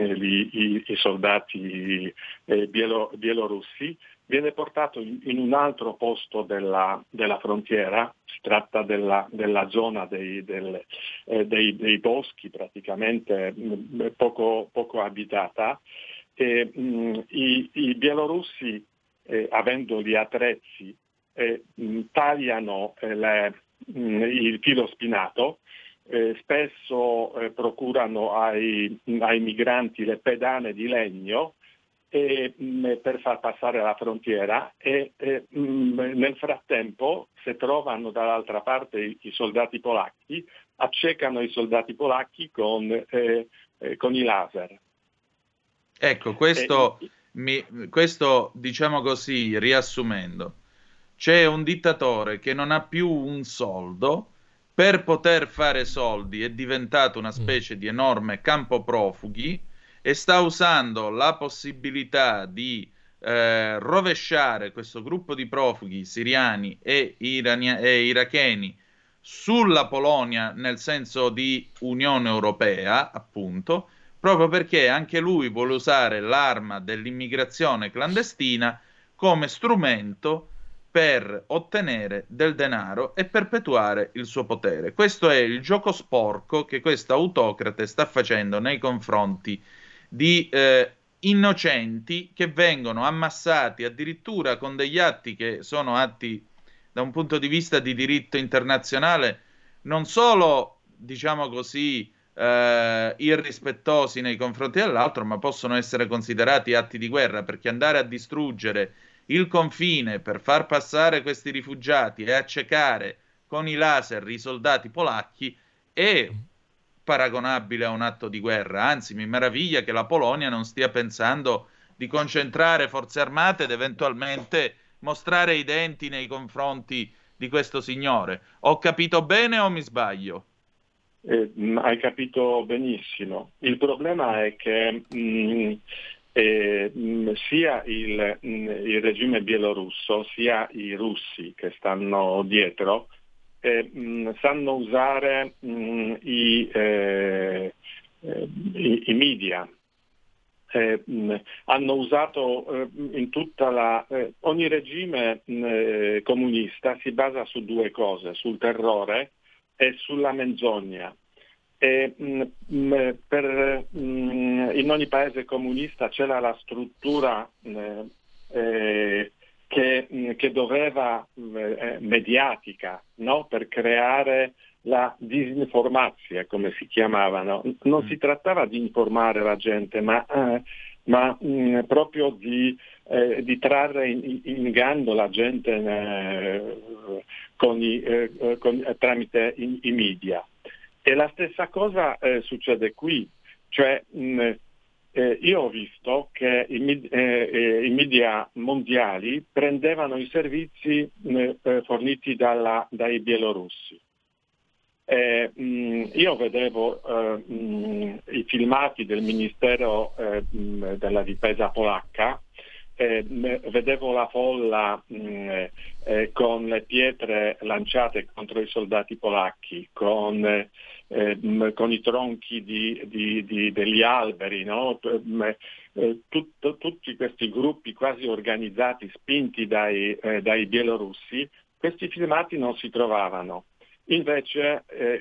soldati bielorussi viene portato in un altro posto della frontiera. Si tratta della zona dei boschi, praticamente poco abitata, e i bielorussi, avendo gli attrezzi, tagliano il filo spinato, spesso procurano ai migranti le pedane di legno per far passare la frontiera, e nel frattempo, se trovano dall'altra parte i soldati polacchi, accecano i soldati polacchi con i laser. Ecco, questo diciamo così, riassumendo, c'è un dittatore che non ha più un soldo, per poter fare soldi è diventato una specie di enorme campo profughi, e sta usando la possibilità di rovesciare questo gruppo di profughi siriani e iracheni sulla Polonia, nel senso di Unione Europea, appunto, proprio perché anche lui vuole usare l'arma dell'immigrazione clandestina come strumento per ottenere del denaro e perpetuare il suo potere. Questo è il gioco sporco che questo autocrate sta facendo nei confronti di innocenti che vengono ammassati addirittura con degli atti che sono atti da un punto di vista di diritto internazionale non solo, diciamo così, irrispettosi nei confronti dell'altro, ma possono essere considerati atti di guerra, perché andare a distruggere il confine per far passare questi rifugiati e accecare con i laser i soldati polacchi è paragonabile a un atto di guerra. Anzi, mi meraviglia che la Polonia non stia pensando di concentrare forze armate ed eventualmente mostrare i denti nei confronti di questo signore. Ho capito bene o mi sbaglio? Hai capito benissimo. Il problema è che sia il regime bielorusso sia i russi che stanno dietro sanno usare i media. Hanno usato in tutta ogni regime comunista si basa su due cose: sul terrore e sulla menzogna. In ogni paese comunista c'era la struttura che doveva mediatica, no? Per creare la disinformazione, come si chiamavano. Non si trattava di informare la gente, ma proprio di trarre in inganno la gente tramite i media. E la stessa cosa succede qui, cioè io ho visto che i media mondiali prendevano i servizi forniti dai bielorussi. Io vedevo i filmati del Ministero della Difesa polacca, vedevo la folla con le pietre lanciate contro i soldati polacchi, con i tronchi degli alberi, no? Tutti questi gruppi quasi organizzati, spinti dai bielorussi, questi filmati non si trovavano. Invece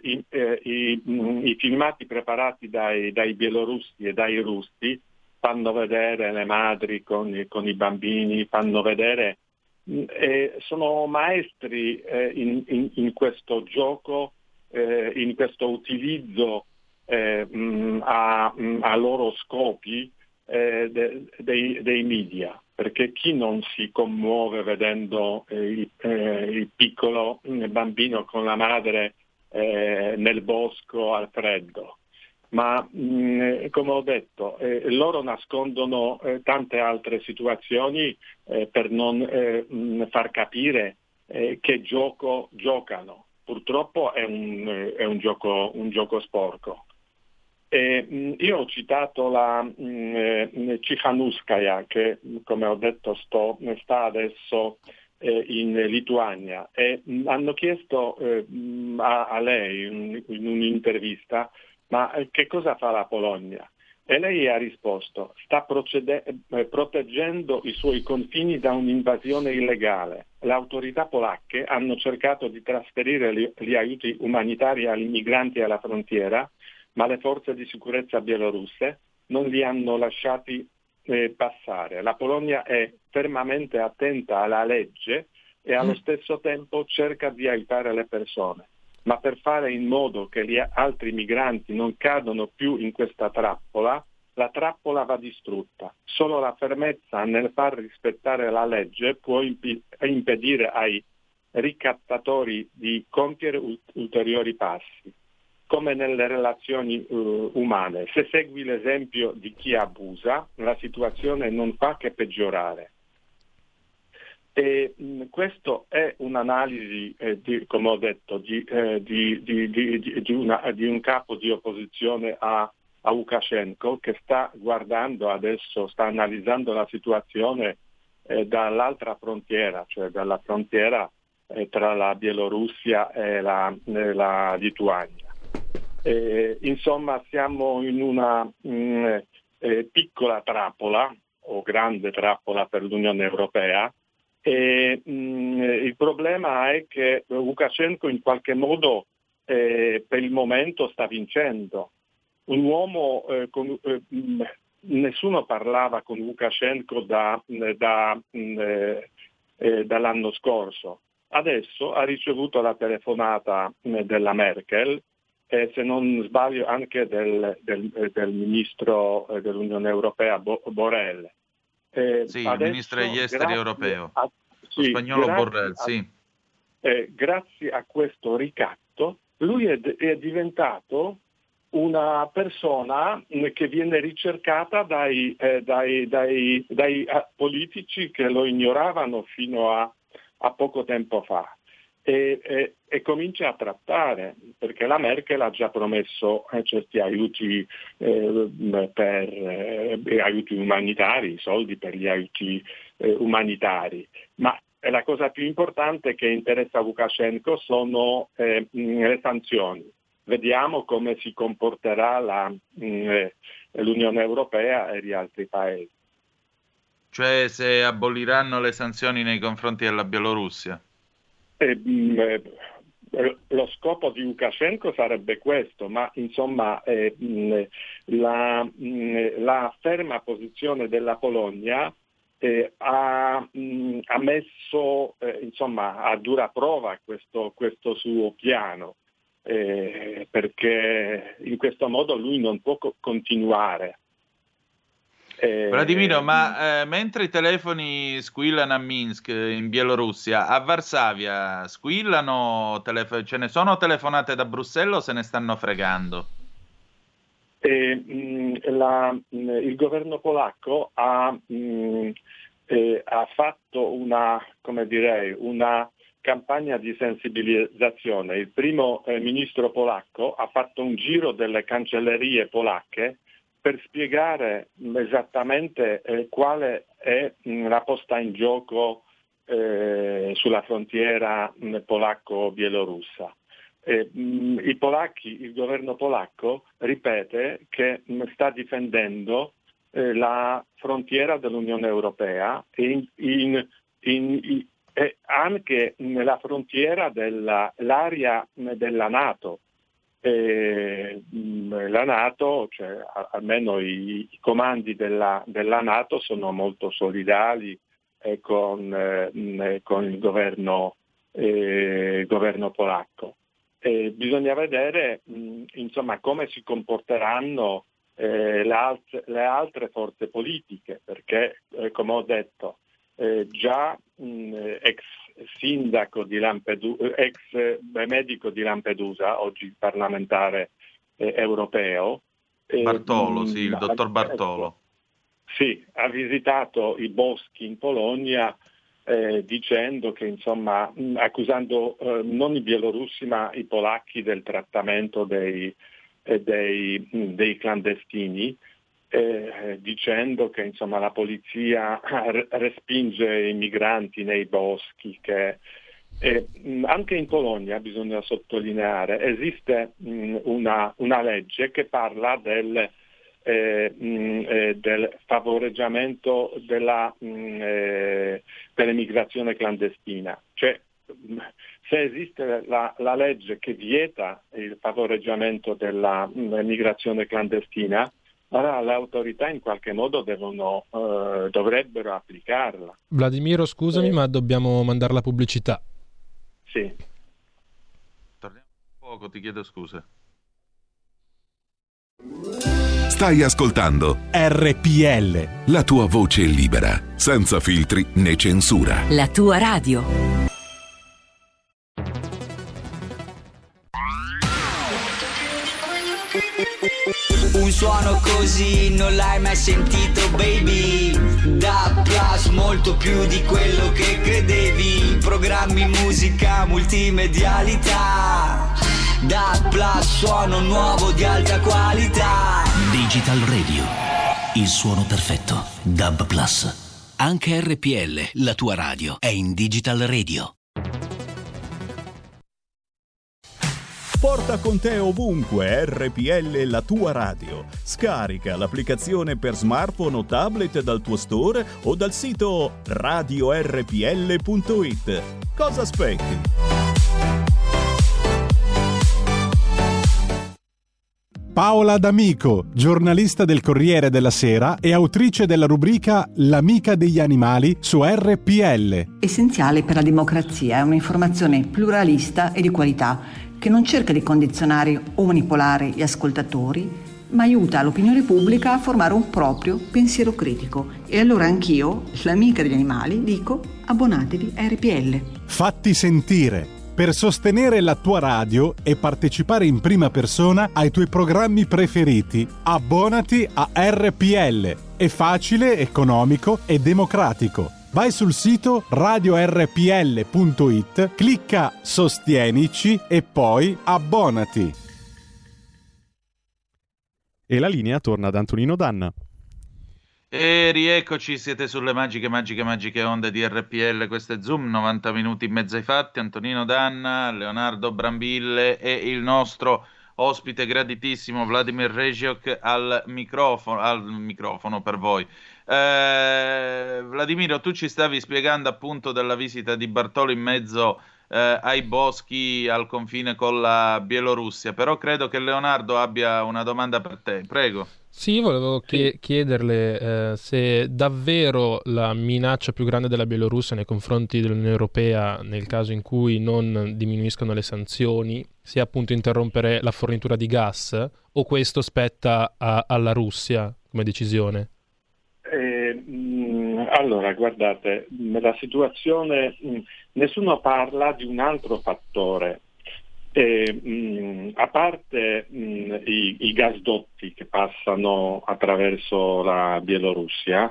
i filmati preparati dai bielorussi e dai russi fanno vedere le madri con i bambini, fanno vedere, sono maestri in questo gioco, in questo utilizzo a loro scopi dei media, perché chi non si commuove vedendo il piccolo bambino con la madre nel bosco al freddo? Ma come ho detto, loro nascondono tante altre situazioni per non far capire che gioco giocano. Purtroppo è un gioco sporco. Io ho citato la Tsikhanouskaya, che come ho detto sta adesso in Lituania, e hanno chiesto a lei in un'intervista: ma che cosa fa la Polonia? E lei ha risposto: sta proteggendo i suoi confini da un'invasione illegale. Le autorità polacche hanno cercato di trasferire gli aiuti umanitari agli migranti alla frontiera, ma le forze di sicurezza bielorusse non li hanno lasciati passare. La Polonia è fermamente attenta alla legge e allo stesso tempo cerca di aiutare le persone. Ma per fare in modo che gli altri migranti non cadano più in questa trappola, la trappola va distrutta. Solo la fermezza nel far rispettare la legge può impedire ai ricattatori di compiere ulteriori passi, come nelle relazioni umane. Se segui l'esempio di chi abusa, la situazione non fa che peggiorare. E questo è un'analisi, come ho detto, di un capo di opposizione a Lukashenko, che sta guardando adesso, sta analizzando la situazione dall'altra frontiera, cioè dalla frontiera tra la Bielorussia e la Lituania. Insomma, siamo in una piccola trappola, o grande trappola per l'Unione Europea. E il problema è che Lukashenko in qualche modo per il momento sta vincendo. Un uomo nessuno parlava con Lukashenko dall'anno scorso. Adesso ha ricevuto la telefonata della Merkel e, se non sbaglio, anche del ministro dell'Unione Europea Borrell. Sì, il ministro degli esteri europeo, lo spagnolo Borrell, sì. Grazie a questo ricatto lui è diventato una persona che viene ricercata dai politici che lo ignoravano fino a poco tempo fa, e comincia a trattare, perché la Merkel ha già promesso certi aiuti aiuti umanitari, soldi per gli aiuti umanitari, ma la cosa più importante che interessa a Lukashenko sono le sanzioni. Vediamo come si comporterà l'Unione Europea e gli altri paesi. Cioè se aboliranno le sanzioni nei confronti della Bielorussia? Lo scopo di Lukashenko sarebbe questo, ma insomma la ferma posizione della Polonia ha messo insomma a dura prova questo suo piano, perché in questo modo lui non può continuare. Vladimiro, ma mentre i telefoni squillano a Minsk, in Bielorussia, a Varsavia squillano, ce ne sono telefonate da Bruxelles o se ne stanno fregando? Il governo polacco ha fatto una campagna di sensibilizzazione. Il primo ministro polacco ha fatto un giro delle cancellerie polacche per spiegare esattamente quale è la posta in gioco sulla frontiera polacco-bielorussa. I polacchi, il governo polacco ripete che sta difendendo la frontiera dell'Unione Europea e anche la frontiera dell'area della NATO. La NATO, cioè almeno i comandi della NATO sono molto solidali con il governo polacco. Bisogna vedere insomma come si comporteranno le altre forze politiche, perché come ho detto già ex sindaco di Lampedusa, ex medico di Lampedusa, oggi parlamentare europeo, Bartolo, il dottor Bartolo. Sì, ha visitato i boschi in Polonia dicendo che insomma accusando non i bielorussi ma i polacchi del trattamento dei clandestini, dicendo che insomma la polizia respinge i migranti nei boschi, che anche in Polonia, bisogna sottolineare, esiste una legge che parla del favoreggiamento dell'emigrazione clandestina, cioè se esiste la legge che vieta il favoreggiamento dell'emigrazione clandestina, allora le autorità in qualche modo dovrebbero applicarla. Vladimiro, scusami, ma dobbiamo mandare la pubblicità. Sì. Torniamo un poco, ti chiedo scusa. Stai ascoltando RPL, la tua voce libera, senza filtri né censura. La tua radio. Un suono così non l'hai mai sentito, baby. Da Plus, molto più di quello che credevi. Programmi, musica, multimedialità. Da Plus, suono nuovo di alta qualità. Digital Radio, il suono perfetto. DAB Plus. Anche RPL, la tua radio, è in Digital Radio. Porta con te ovunque RPL, la tua radio. Scarica l'applicazione per smartphone o tablet dal tuo store o dal sito radiorpl.it. Cosa aspetti? Paola D'Amico, giornalista del Corriere della Sera e autrice della rubrica L'amica degli animali su RPL. Essenziale per la democrazia è un'informazione pluralista e di qualità, che non cerca di condizionare o manipolare gli ascoltatori, ma aiuta l'opinione pubblica a formare un proprio pensiero critico. E allora anch'io, l'amica degli animali, dico: abbonatevi a RPL. Fatti sentire. Per sostenere la tua radio e partecipare in prima persona ai tuoi programmi preferiti, abbonati a RPL. È facile, economico e democratico. Vai sul sito radiorpl.it, clicca Sostienici e poi abbonati. E la linea torna ad Antonino Danna. E rieccoci, siete sulle magiche onde di RPL, questo è Zoom, 90 minuti in mezzo ai fatti. Antonino Danna, Leonardo Brambille e il nostro ospite graditissimo Vladimir Regiok al microfono per voi. Vladimiro, tu ci stavi spiegando appunto della visita di Bartolo in mezzo ai boschi al confine con la Bielorussia, però credo che Leonardo abbia una domanda per te, prego. Sì, volevo chiederle se davvero la minaccia più grande della Bielorussia nei confronti dell'Unione Europea, nel caso in cui non diminuiscano le sanzioni, sia appunto interrompere la fornitura di gas, o questo spetta alla Russia come decisione? Allora, guardate, la situazione, nessuno parla di un altro fattore. A parte i gasdotti che passano attraverso la Bielorussia,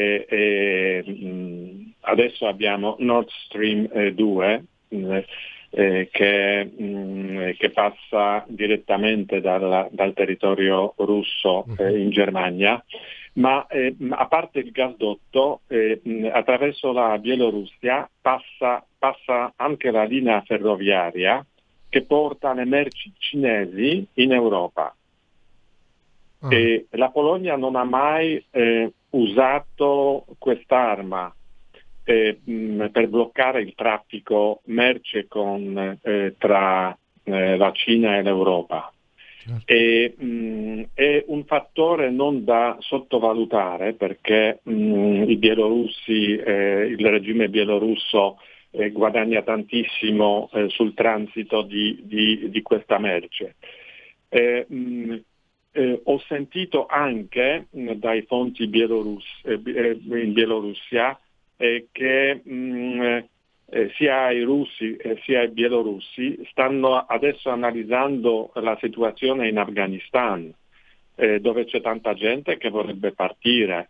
adesso abbiamo Nord Stream 2, che passa direttamente dal territorio russo in Germania, ma a parte il gasdotto, attraverso la Bielorussia passa anche la linea ferroviaria che porta le merci cinesi in Europa. E la Polonia non ha mai usato quest'arma per bloccare il traffico merce tra la Cina e l'Europa. È un fattore non da sottovalutare, perché i bielorussi, il regime bielorusso guadagna tantissimo sul transito di questa merce. Ho sentito anche dai fonti in Bielorussia che sia i russi sia i bielorussi stanno adesso analizzando la situazione in Afghanistan, dove c'è tanta gente che vorrebbe partire.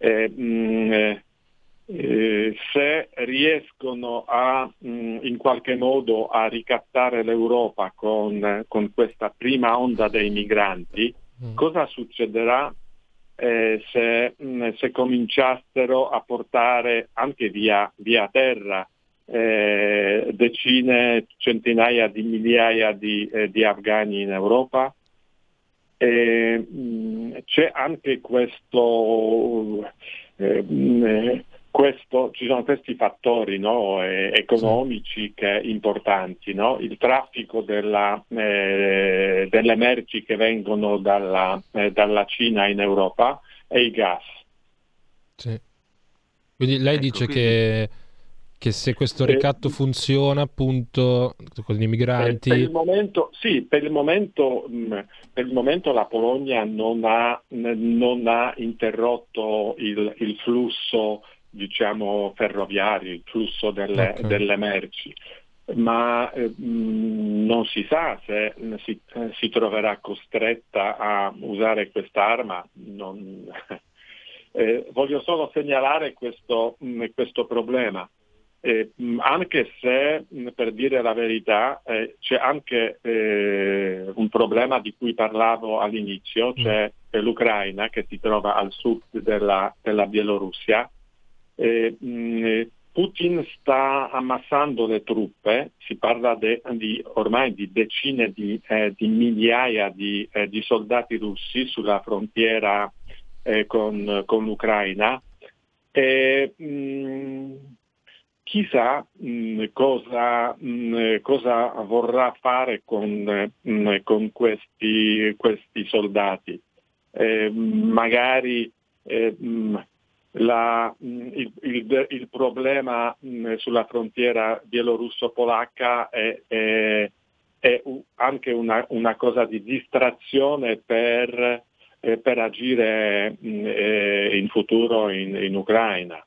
Se riescono in qualche modo a ricattare l'Europa con questa prima onda dei migranti, cosa succederà se cominciassero a portare anche via terra decine, centinaia di migliaia di afghani in Europa? C'è anche ci sono questi fattori, no, economici importanti, no? Il traffico delle merci che vengono dalla Cina in Europa e i gas. Sì. Quindi lei dice che se questo ricatto funziona appunto con i migranti... Per il momento la Polonia non ha interrotto il flusso, diciamo, ferroviario, il flusso delle merci, ma non si sa se si troverà costretta a usare quest'arma. Voglio solo segnalare questo problema. Anche se, per dire la verità, c'è anche un problema di cui parlavo all'inizio, c'è l'Ucraina che si trova al sud della Bielorussia. Putin sta ammassando le truppe, si parla ormai di decine di migliaia di soldati russi sulla frontiera con l'Ucraina. Chissà cosa vorrà fare con questi soldati. Magari il problema sulla frontiera bielorusso-polacca è anche una cosa di distrazione per agire in futuro in Ucraina.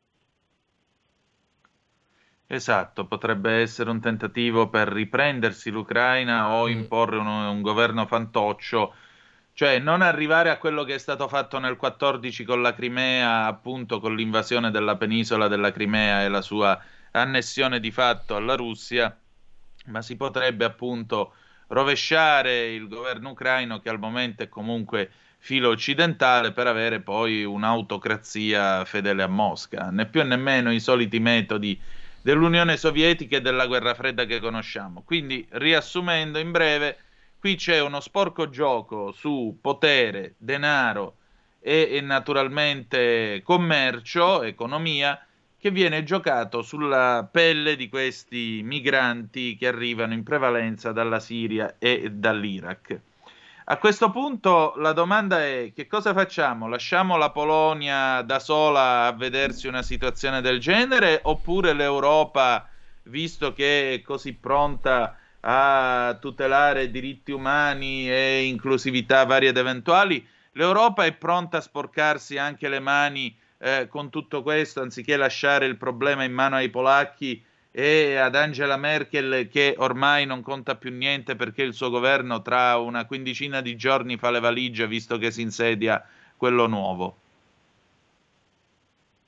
Esatto, potrebbe essere un tentativo per riprendersi l'Ucraina o imporre un governo fantoccio, cioè non arrivare a quello che è stato fatto nel 14 con la Crimea, appunto con l'invasione della penisola della Crimea e la sua annessione di fatto alla Russia, ma si potrebbe appunto rovesciare il governo ucraino, che al momento è comunque filo occidentale, per avere poi un'autocrazia fedele a Mosca, né più né meno i soliti metodi dell'Unione Sovietica e della guerra fredda che conosciamo. Quindi, riassumendo in breve, qui c'è uno sporco gioco su potere, denaro e naturalmente commercio, economia, che viene giocato sulla pelle di questi migranti che arrivano in prevalenza dalla Siria e dall'Iraq. A questo punto la domanda è: che cosa facciamo? Lasciamo la Polonia da sola a vedersi una situazione del genere, oppure l'Europa, visto che è così pronta a tutelare diritti umani e inclusività varie ed eventuali, l'Europa è pronta a sporcarsi anche le mani con tutto questo, anziché lasciare il problema in mano ai polacchi e ad Angela Merkel, che ormai non conta più niente perché il suo governo tra una quindicina di giorni fa le valigie, visto che si insedia quello nuovo.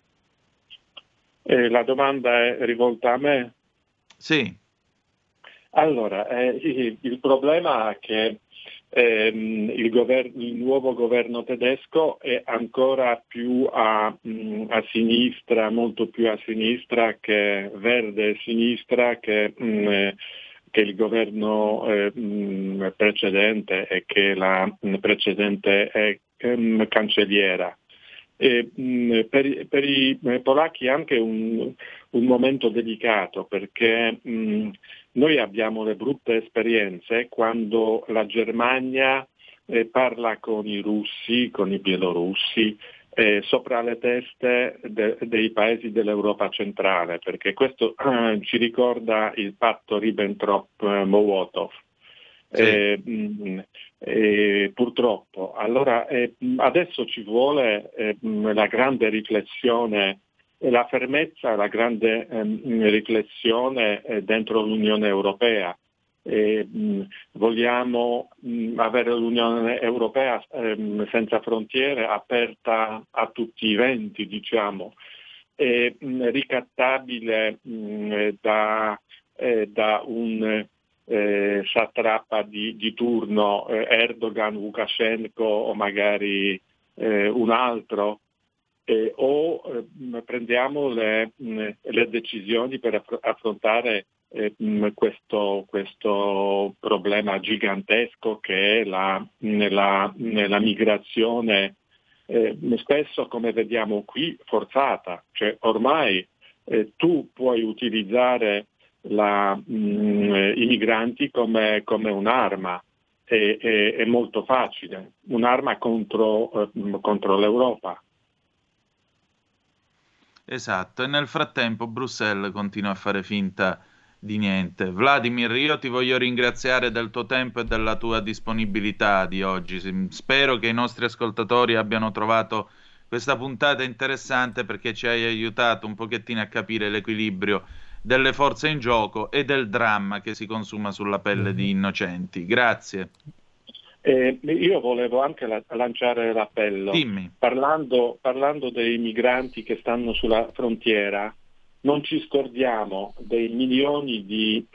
La domanda è rivolta a me? Sì. Allora, il problema è che il nuovo governo tedesco è ancora più a sinistra, molto più a sinistra, che verde sinistra, che il governo precedente e che la precedente cancelliera. Per i polacchi è anche un momento delicato, perché noi abbiamo le brutte esperienze quando la Germania parla con i russi, con i bielorussi, sopra le teste dei paesi dell'Europa centrale, perché questo ci ricorda il patto Ribbentrop-Molotov. Purtroppo. Allora adesso ci vuole la grande riflessione, la fermezza, la grande riflessione dentro l'Unione Europea. Vogliamo avere l'Unione Europea senza frontiere, aperta a tutti i venti, diciamo, ricattabile da un satrapa di turno, Erdogan, Lukashenko o magari un altro, o prendiamo le decisioni per affrontare questo problema gigantesco che è la migrazione, spesso, come vediamo qui, forzata. Cioè ormai tu puoi utilizzare i migranti come un'arma, è molto facile, un'arma contro l'Europa. Esatto, e nel frattempo Bruxelles continua a fare finta di niente. Vladimir, io ti voglio ringraziare del tuo tempo e della tua disponibilità di oggi. Spero che i nostri ascoltatori abbiano trovato questa puntata interessante, perché ci hai aiutato un pochettino a capire l'equilibrio delle forze in gioco e del dramma che si consuma sulla pelle di innocenti. Grazie. Io volevo anche lanciare l'appello. Dimmi. Parlando dei migranti che stanno sulla frontiera, non ci scordiamo dei milioni di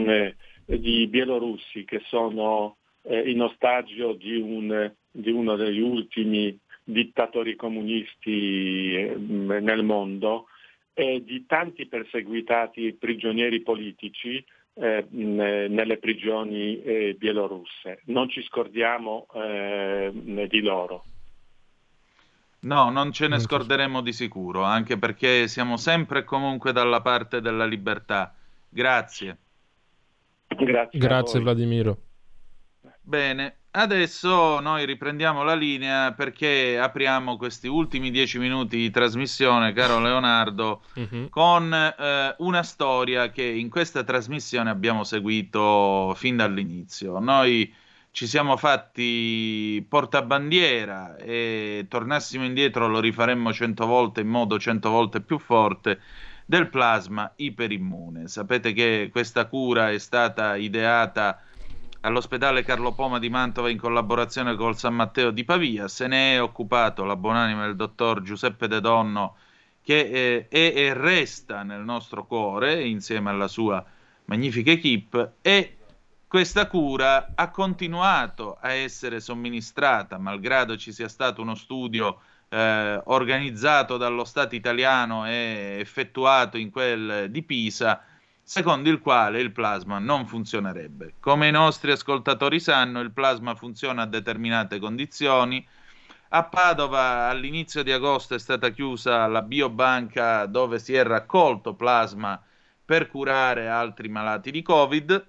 bielorussi che sono in ostaggio di uno degli ultimi dittatori comunisti nel mondo, e di tanti perseguitati prigionieri politici nelle prigioni bielorusse. Non ci scordiamo di loro. No, non ce ne scorderemo di sicuro, anche perché siamo sempre e comunque dalla parte della libertà. Grazie. Grazie Vladimiro. Bene, adesso noi riprendiamo la linea, perché apriamo questi ultimi 10 minuti di trasmissione, caro Leonardo, con una storia che in questa trasmissione abbiamo seguito fin dall'inizio. Noi ci siamo fatti portabandiera e tornassimo indietro lo rifaremmo 100 volte in modo 100 volte più forte, del plasma iperimmune. Sapete che questa cura è stata ideata all'ospedale Carlo Poma di Mantova in collaborazione col San Matteo di Pavia. Se ne è occupato la buonanima del dottor Giuseppe De Donno, che è e resta nel nostro cuore insieme alla sua magnifica equipe, e questa cura ha continuato a essere somministrata, malgrado ci sia stato uno studio organizzato dallo Stato italiano e effettuato in quel di Pisa, secondo il quale il plasma non funzionerebbe. Come i nostri ascoltatori sanno, il plasma funziona a determinate condizioni. A Padova all'inizio di agosto è stata chiusa la biobanca dove si è raccolto plasma per curare altri malati di Covid.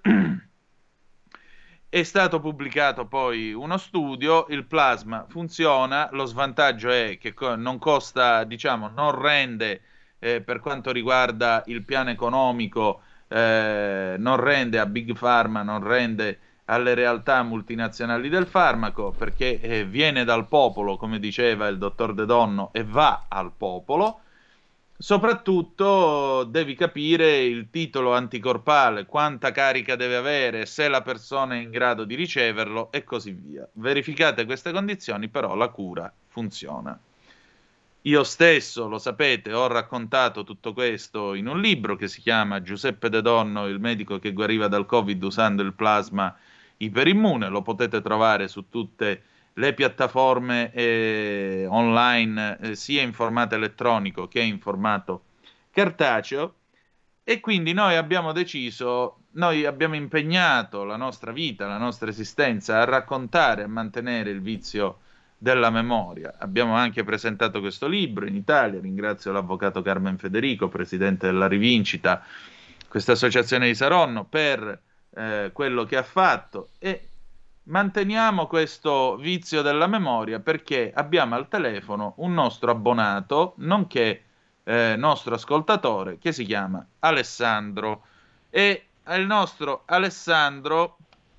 È stato pubblicato poi uno studio, il plasma funziona, lo svantaggio è che non costa, diciamo, non rende per quanto riguarda il piano economico, non rende a Big Pharma, non rende alle realtà multinazionali del farmaco, perché viene dal popolo, come diceva il dottor De Donno, e va al popolo. Soprattutto devi capire il titolo anticorpale, quanta carica deve avere, se la persona è in grado di riceverlo e così via. Verificate queste condizioni, però la cura funziona. Io stesso, lo sapete, ho raccontato tutto questo in un libro che si chiama Giuseppe De Donno, il medico che guariva dal Covid usando il plasma iperimmune. Lo potete trovare su tutte le piattaforme online, sia in formato elettronico che in formato cartaceo. E quindi noi abbiamo impegnato la nostra vita, la nostra esistenza a raccontare e mantenere il vizio della memoria. Abbiamo anche presentato questo libro in Italia, ringrazio l'avvocato Carmen Federico, presidente della Rivincita, questa associazione di Saronno, per quello che ha fatto, e manteniamo questo vizio della memoria perché abbiamo al telefono un nostro abbonato, nonché nostro ascoltatore, che si chiama Alessandro, e il nostro Alessandro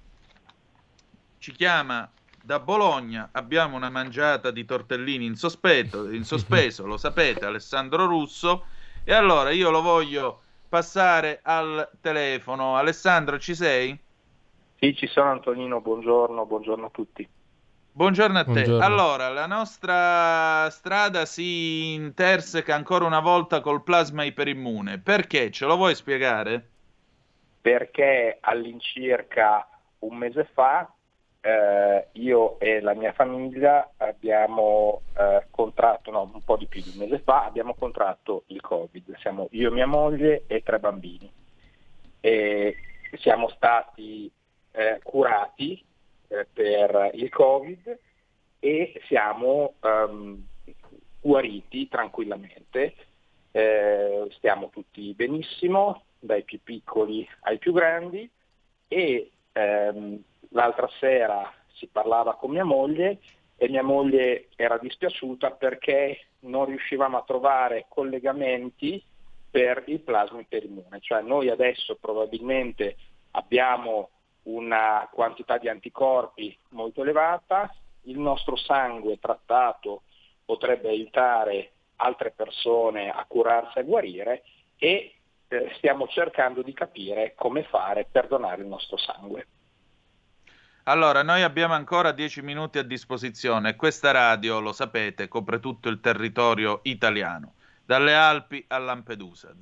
ci chiama da Bologna. Abbiamo una mangiata di tortellini in sospeso, lo sapete, Alessandro Russo, e allora io lo voglio passare al telefono. Alessandro, ci sei? Sì, ci sono, Antonino, buongiorno a tutti. Buongiorno a te. Buongiorno. Allora, la nostra strada si interseca ancora una volta col plasma iperimmune. Perché? Ce lo vuoi spiegare? Perché all'incirca un mese fa io e la mia famiglia abbiamo un po' di più di un mese fa, abbiamo contratto il Covid. Siamo io, mia moglie e 3 bambini. E siamo stati curati per il Covid e siamo guariti tranquillamente. Stiamo tutti benissimo, dai più piccoli ai più grandi, e l'altra sera si parlava con mia moglie e mia moglie era dispiaciuta perché non riuscivamo a trovare collegamenti per il plasma iperimmune. Cioè noi adesso probabilmente abbiamo una quantità di anticorpi molto elevata, il nostro sangue trattato potrebbe aiutare altre persone a curarsi e a guarire, e stiamo cercando di capire come fare per donare il nostro sangue. Allora, noi abbiamo ancora 10 minuti a disposizione. Questa radio, lo sapete, copre tutto il territorio italiano, dalle Alpi a Lampedusa.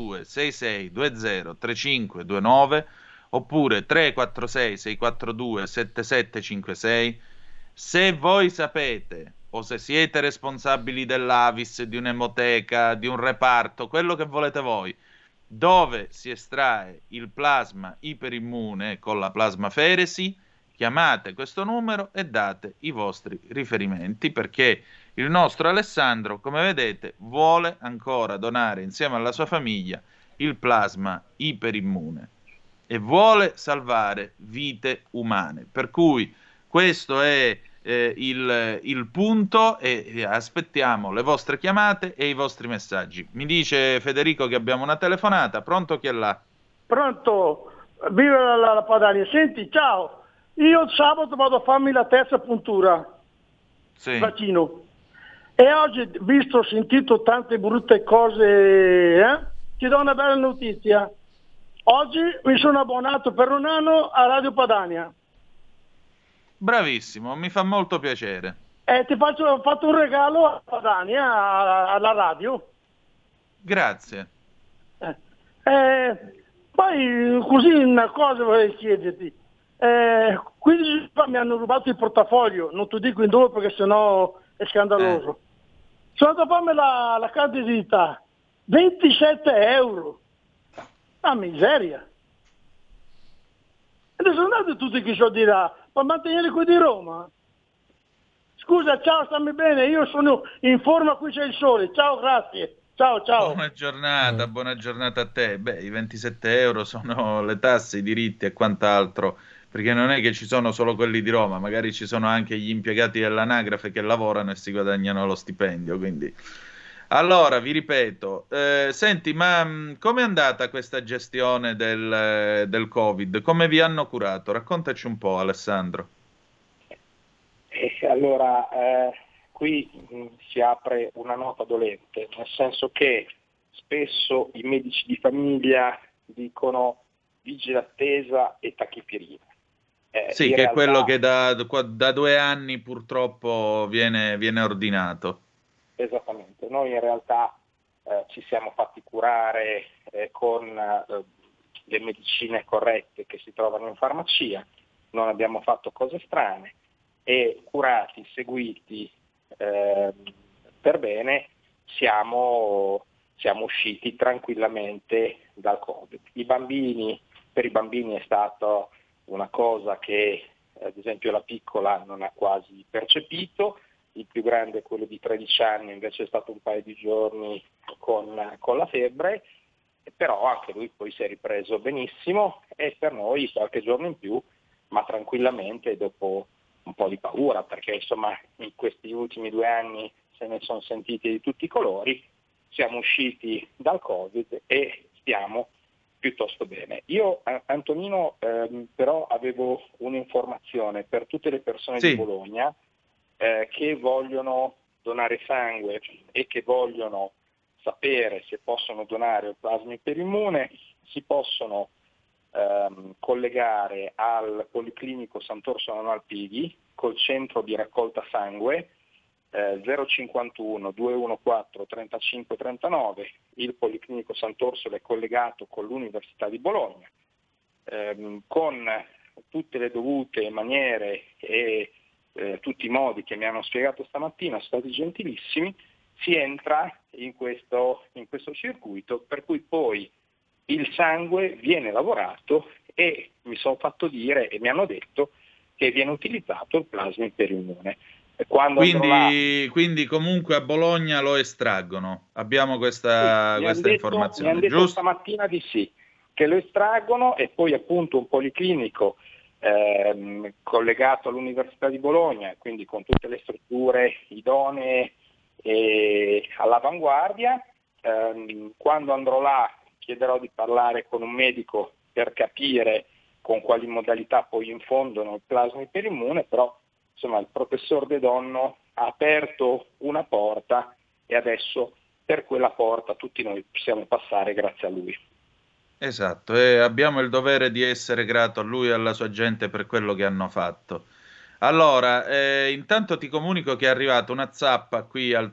0266203529 oppure 346 642 7756. Se voi sapete, o se siete responsabili dell'Avis, di un'emoteca, di un reparto, quello che volete voi, dove si estrae il plasma iperimmune con la plasmaferesi, chiamate questo numero e date i vostri riferimenti, perché il nostro Alessandro, come vedete, vuole ancora donare insieme alla sua famiglia il plasma iperimmune e vuole salvare vite umane. Per cui questo è il punto, e aspettiamo le vostre chiamate e i vostri messaggi. Mi dice Federico che abbiamo una telefonata. Pronto, chi è là? Pronto, viva la Padania. Senti, ciao, io sabato vado a farmi la terza puntura, sì, vaccino, e oggi, visto, sentito tante brutte cose, ti do una bella notizia. Oggi mi sono abbonato per un anno a Radio Padania. Bravissimo, mi fa molto piacere. Ho fatto un regalo a Padania, alla radio. Grazie. Poi così una cosa vorrei chiederti. 15 mi hanno rubato il portafoglio, non ti dico in dove perché sennò è scandaloso. Sono andato a farmi la carta di identità, 27 euro. Ah, miseria. Adesso sono andati tutti che soldi là per mantenere quelli di Roma. Scusa, ciao, stammi bene, io sono in forma, qui c'è il sole. Ciao, grazie. Ciao. Buona giornata a te. Beh, i 27 euro sono le tasse, i diritti e quant'altro, perché non è che ci sono solo quelli di Roma, magari ci sono anche gli impiegati dell'anagrafe che lavorano e si guadagnano lo stipendio, quindi... Allora, vi ripeto, senti, ma com'è andata questa gestione del Covid? Come vi hanno curato? Raccontaci un po', Alessandro. Allora, qui si apre una nota dolente, nel senso che spesso i medici di famiglia dicono vigile attesa e tachipirina. Sì, che realtà... è quello che da 2 anni purtroppo viene ordinato. Esattamente, noi in realtà ci siamo fatti curare con le medicine corrette che si trovano in farmacia, non abbiamo fatto cose strane e curati, seguiti per bene, siamo usciti tranquillamente dal Covid. Per i bambini è stata una cosa che ad esempio la piccola non ha quasi percepito, il più grande, quello di 13 anni, invece è stato un paio di giorni con la febbre, però anche lui poi si è ripreso benissimo e per noi qualche giorno in più, ma tranquillamente dopo un po' di paura, perché insomma in questi ultimi 2 anni se ne sono sentiti di tutti i colori, siamo usciti dal Covid e stiamo piuttosto bene. Io, Antonino, però avevo un'informazione per tutte le persone di Bologna che vogliono donare sangue e che vogliono sapere se possono donare il plasma iperimmune, si possono collegare al Policlinico Sant'Orsola Alpighi col centro di raccolta sangue 051 214 35 39. Il Policlinico Sant'Orsola è collegato con l'Università di Bologna con tutte le dovute maniere e tutti i modi che mi hanno spiegato stamattina, sono stati gentilissimi. Si entra in questo circuito per cui poi il sangue viene lavorato e mi sono fatto dire e mi hanno detto che viene utilizzato il plasma iperimmune. Quindi comunque a Bologna lo estraggono, abbiamo questa informazione, mi hanno detto giusto? Stamattina di sì, che lo estraggono e poi appunto un policlinico collegato all'Università di Bologna, quindi con tutte le strutture idonee e all'avanguardia. Quando andrò là chiederò di parlare con un medico per capire con quali modalità poi infondono il plasma iperimmune, però insomma il professor De Donno ha aperto una porta e adesso per quella porta tutti noi possiamo passare grazie a lui. Esatto, e abbiamo il dovere di essere grato a lui e alla sua gente per quello che hanno fatto. Allora, intanto ti comunico che è arrivata una zappa qui al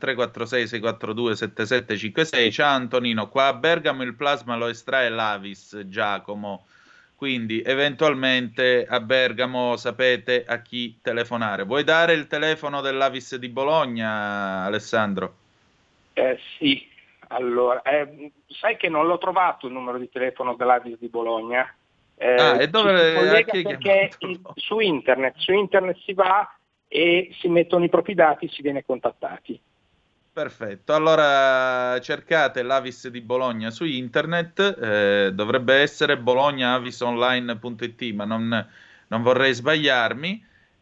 346-642-7756. Ciao Antonino, qua a Bergamo il plasma lo estrae l'Avis, Giacomo, quindi eventualmente a Bergamo sapete a chi telefonare. Vuoi dare il telefono dell'Avis di Bologna, Alessandro? Sì, allora, sai che non l'ho trovato il numero di telefono dell'Avis di Bologna? E dove perché su internet si va e si mettono i propri dati, si viene contattati. Perfetto, allora cercate l'Avis di Bologna su internet, dovrebbe essere bolognavisonline.it, ma non vorrei sbagliarmi,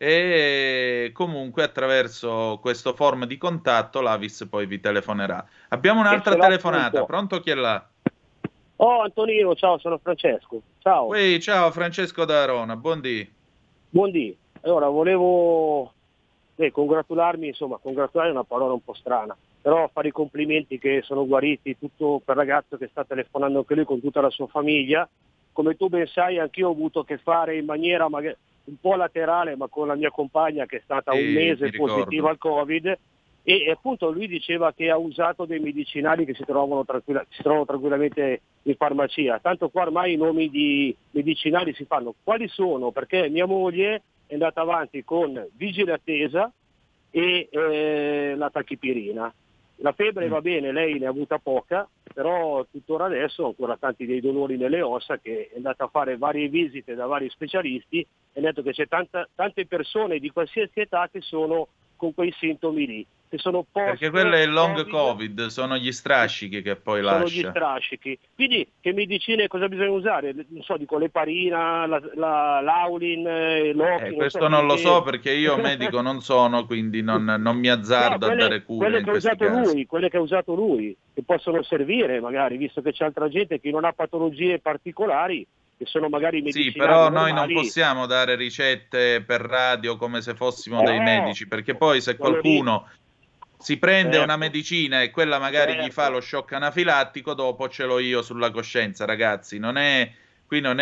e comunque attraverso questo form di contatto l'Avis poi vi telefonerà. Abbiamo un'altra telefonata, pronto, chi è là? Oh Antonino, ciao, sono Francesco. Ciao. Ciao Francesco da Arona, buondì. Buondì. Allora, volevo congratularmi, insomma, congratulare è una parola un po' strana, però fare i complimenti che sono guariti, tutto per il ragazzo che sta telefonando anche lui con tutta la sua famiglia. Come tu ben sai, anch'io ho avuto a che fare in maniera magari un po' laterale, ma con la mia compagna che è stata un mese positiva al Covid. E appunto lui diceva che ha usato dei medicinali che si trovano tranquillamente in farmacia. Tanto qua ormai i nomi di medicinali si fanno. Quali sono? Perché mia moglie è andata avanti con vigile attesa e la tachipirina. La febbre va bene, lei ne ha avuta poca, però tuttora adesso ha ancora tanti dei dolori nelle ossa, che è andata a fare varie visite da vari specialisti e ha detto che c'è tante persone di qualsiasi età che sono con quei sintomi lì. Che sono perché quello è il long COVID, sono gli strascichi che poi lascia. Sono gli strascichi. Quindi che medicine cosa bisogna usare? Non so, dico l'eparina, l'aulin, l'opi. Questo non lo so perché io medico non sono, quindi non mi azzardo a dare cure in questi casi. Quelle che ha usato lui, che possono servire magari, visto che c'è altra gente che non ha patologie particolari, che sono magari medicinali. Sì, però normali. Noi non possiamo dare ricette per radio come se fossimo dei medici, perché poi se qualcuno si prende una medicina e quella magari gli fa lo shock anafilattico, dopo ce l'ho io sulla coscienza, ragazzi. Qui non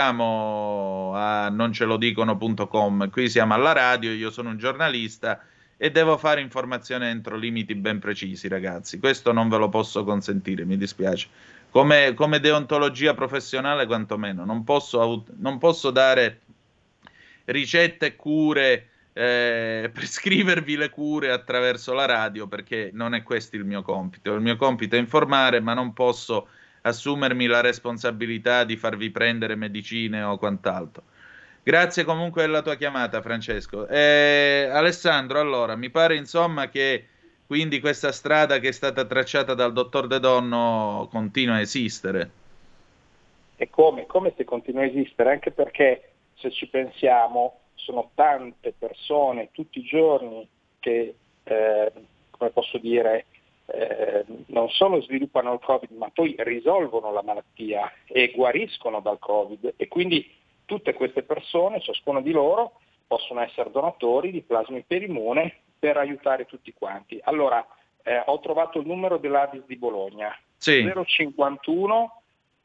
siamo a noncelo dicono.com, qui siamo alla radio, io sono un giornalista e devo fare informazione entro limiti ben precisi, ragazzi. Questo non ve lo posso consentire, mi dispiace. Come deontologia professionale, quantomeno. Non posso dare ricette e cure, prescrivervi le cure attraverso la radio, perché non è questo il mio compito. Il mio compito è informare, ma non posso assumermi la responsabilità di farvi prendere medicine o quant'altro. Grazie comunque della tua chiamata, Francesco. Alessandro, allora, mi pare insomma che quindi questa strada che è stata tracciata dal dottor De Donno continua a esistere. E come se continua a esistere, anche perché se ci pensiamo sono tante persone tutti i giorni che, come posso dire, non solo sviluppano il Covid, ma poi risolvono la malattia e guariscono dal Covid, e quindi tutte queste persone, ciascuno di loro, possono essere donatori di plasma iperimmune per aiutare tutti quanti. Allora, ho trovato il numero dell'Adis di Bologna, sì. 051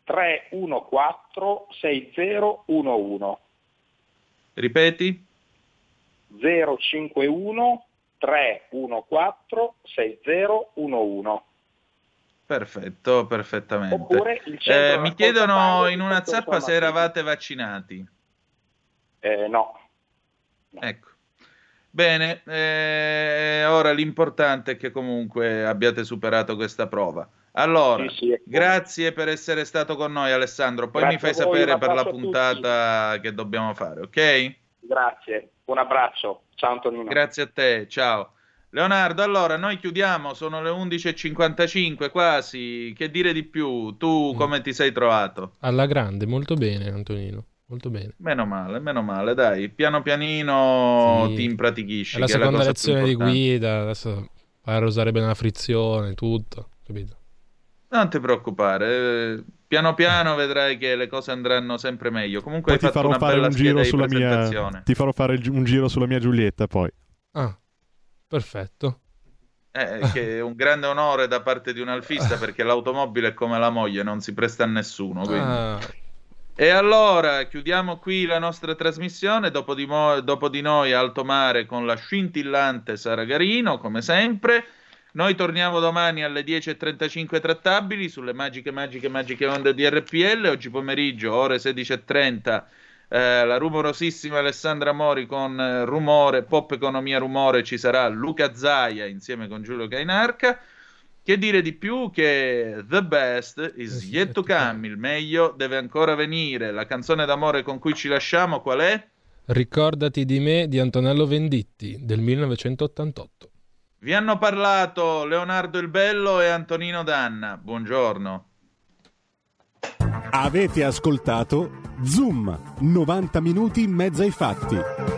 314 6011. Ripeti? 051 314 6011. Perfetto, perfettamente. Oppure il mi chiedono in una zappa se eravate vaccinati. No. Ecco. Bene, ora l'importante è che comunque abbiate superato questa prova. Allora, sì, grazie per essere stato con noi, Alessandro. Poi mi fai sapere per la puntata che dobbiamo fare, ok? Grazie, un abbraccio. Ciao Antonino. Grazie a te, ciao. Leonardo, allora, noi chiudiamo, sono le 11:55 quasi, che dire di più? Tu come ti sei trovato? Alla grande, molto bene Antonino, molto bene. Meno male, dai, piano pianino sì. Ti impratichisci. È la seconda lezione di guida, adesso vai a usare bene la frizione, tutto, capito? Non ti preoccupare, piano piano vedrai che le cose andranno sempre meglio. Comunque poi hai fatto una bella scheda di presentazione. Ti farò fare un giro sulla mia Giulietta poi. Ah. Perfetto. Che è un grande onore da parte di un alfista, perché l'automobile è come la moglie, non si presta a nessuno. E allora chiudiamo qui la nostra trasmissione. Dopo di noi Alto Mare con la scintillante Sara Garino, come sempre. Noi torniamo domani alle 10:35 trattabili sulle magiche onde di RPL. Oggi pomeriggio, ore 16:30. La rumorosissima Alessandra Mori con Rumore, Pop Economia Rumore, ci sarà Luca Zaia insieme con Giulio Cainarca. Che dire di più che the best is yet to come, il meglio deve ancora venire. La canzone d'amore con cui ci lasciamo qual è? Ricordati di me di Antonello Venditti del 1988. Vi hanno parlato Leonardo il Bello e Antonino Danna. Buongiorno. Avete ascoltato Zoom, 90 minuti in mezzo ai fatti.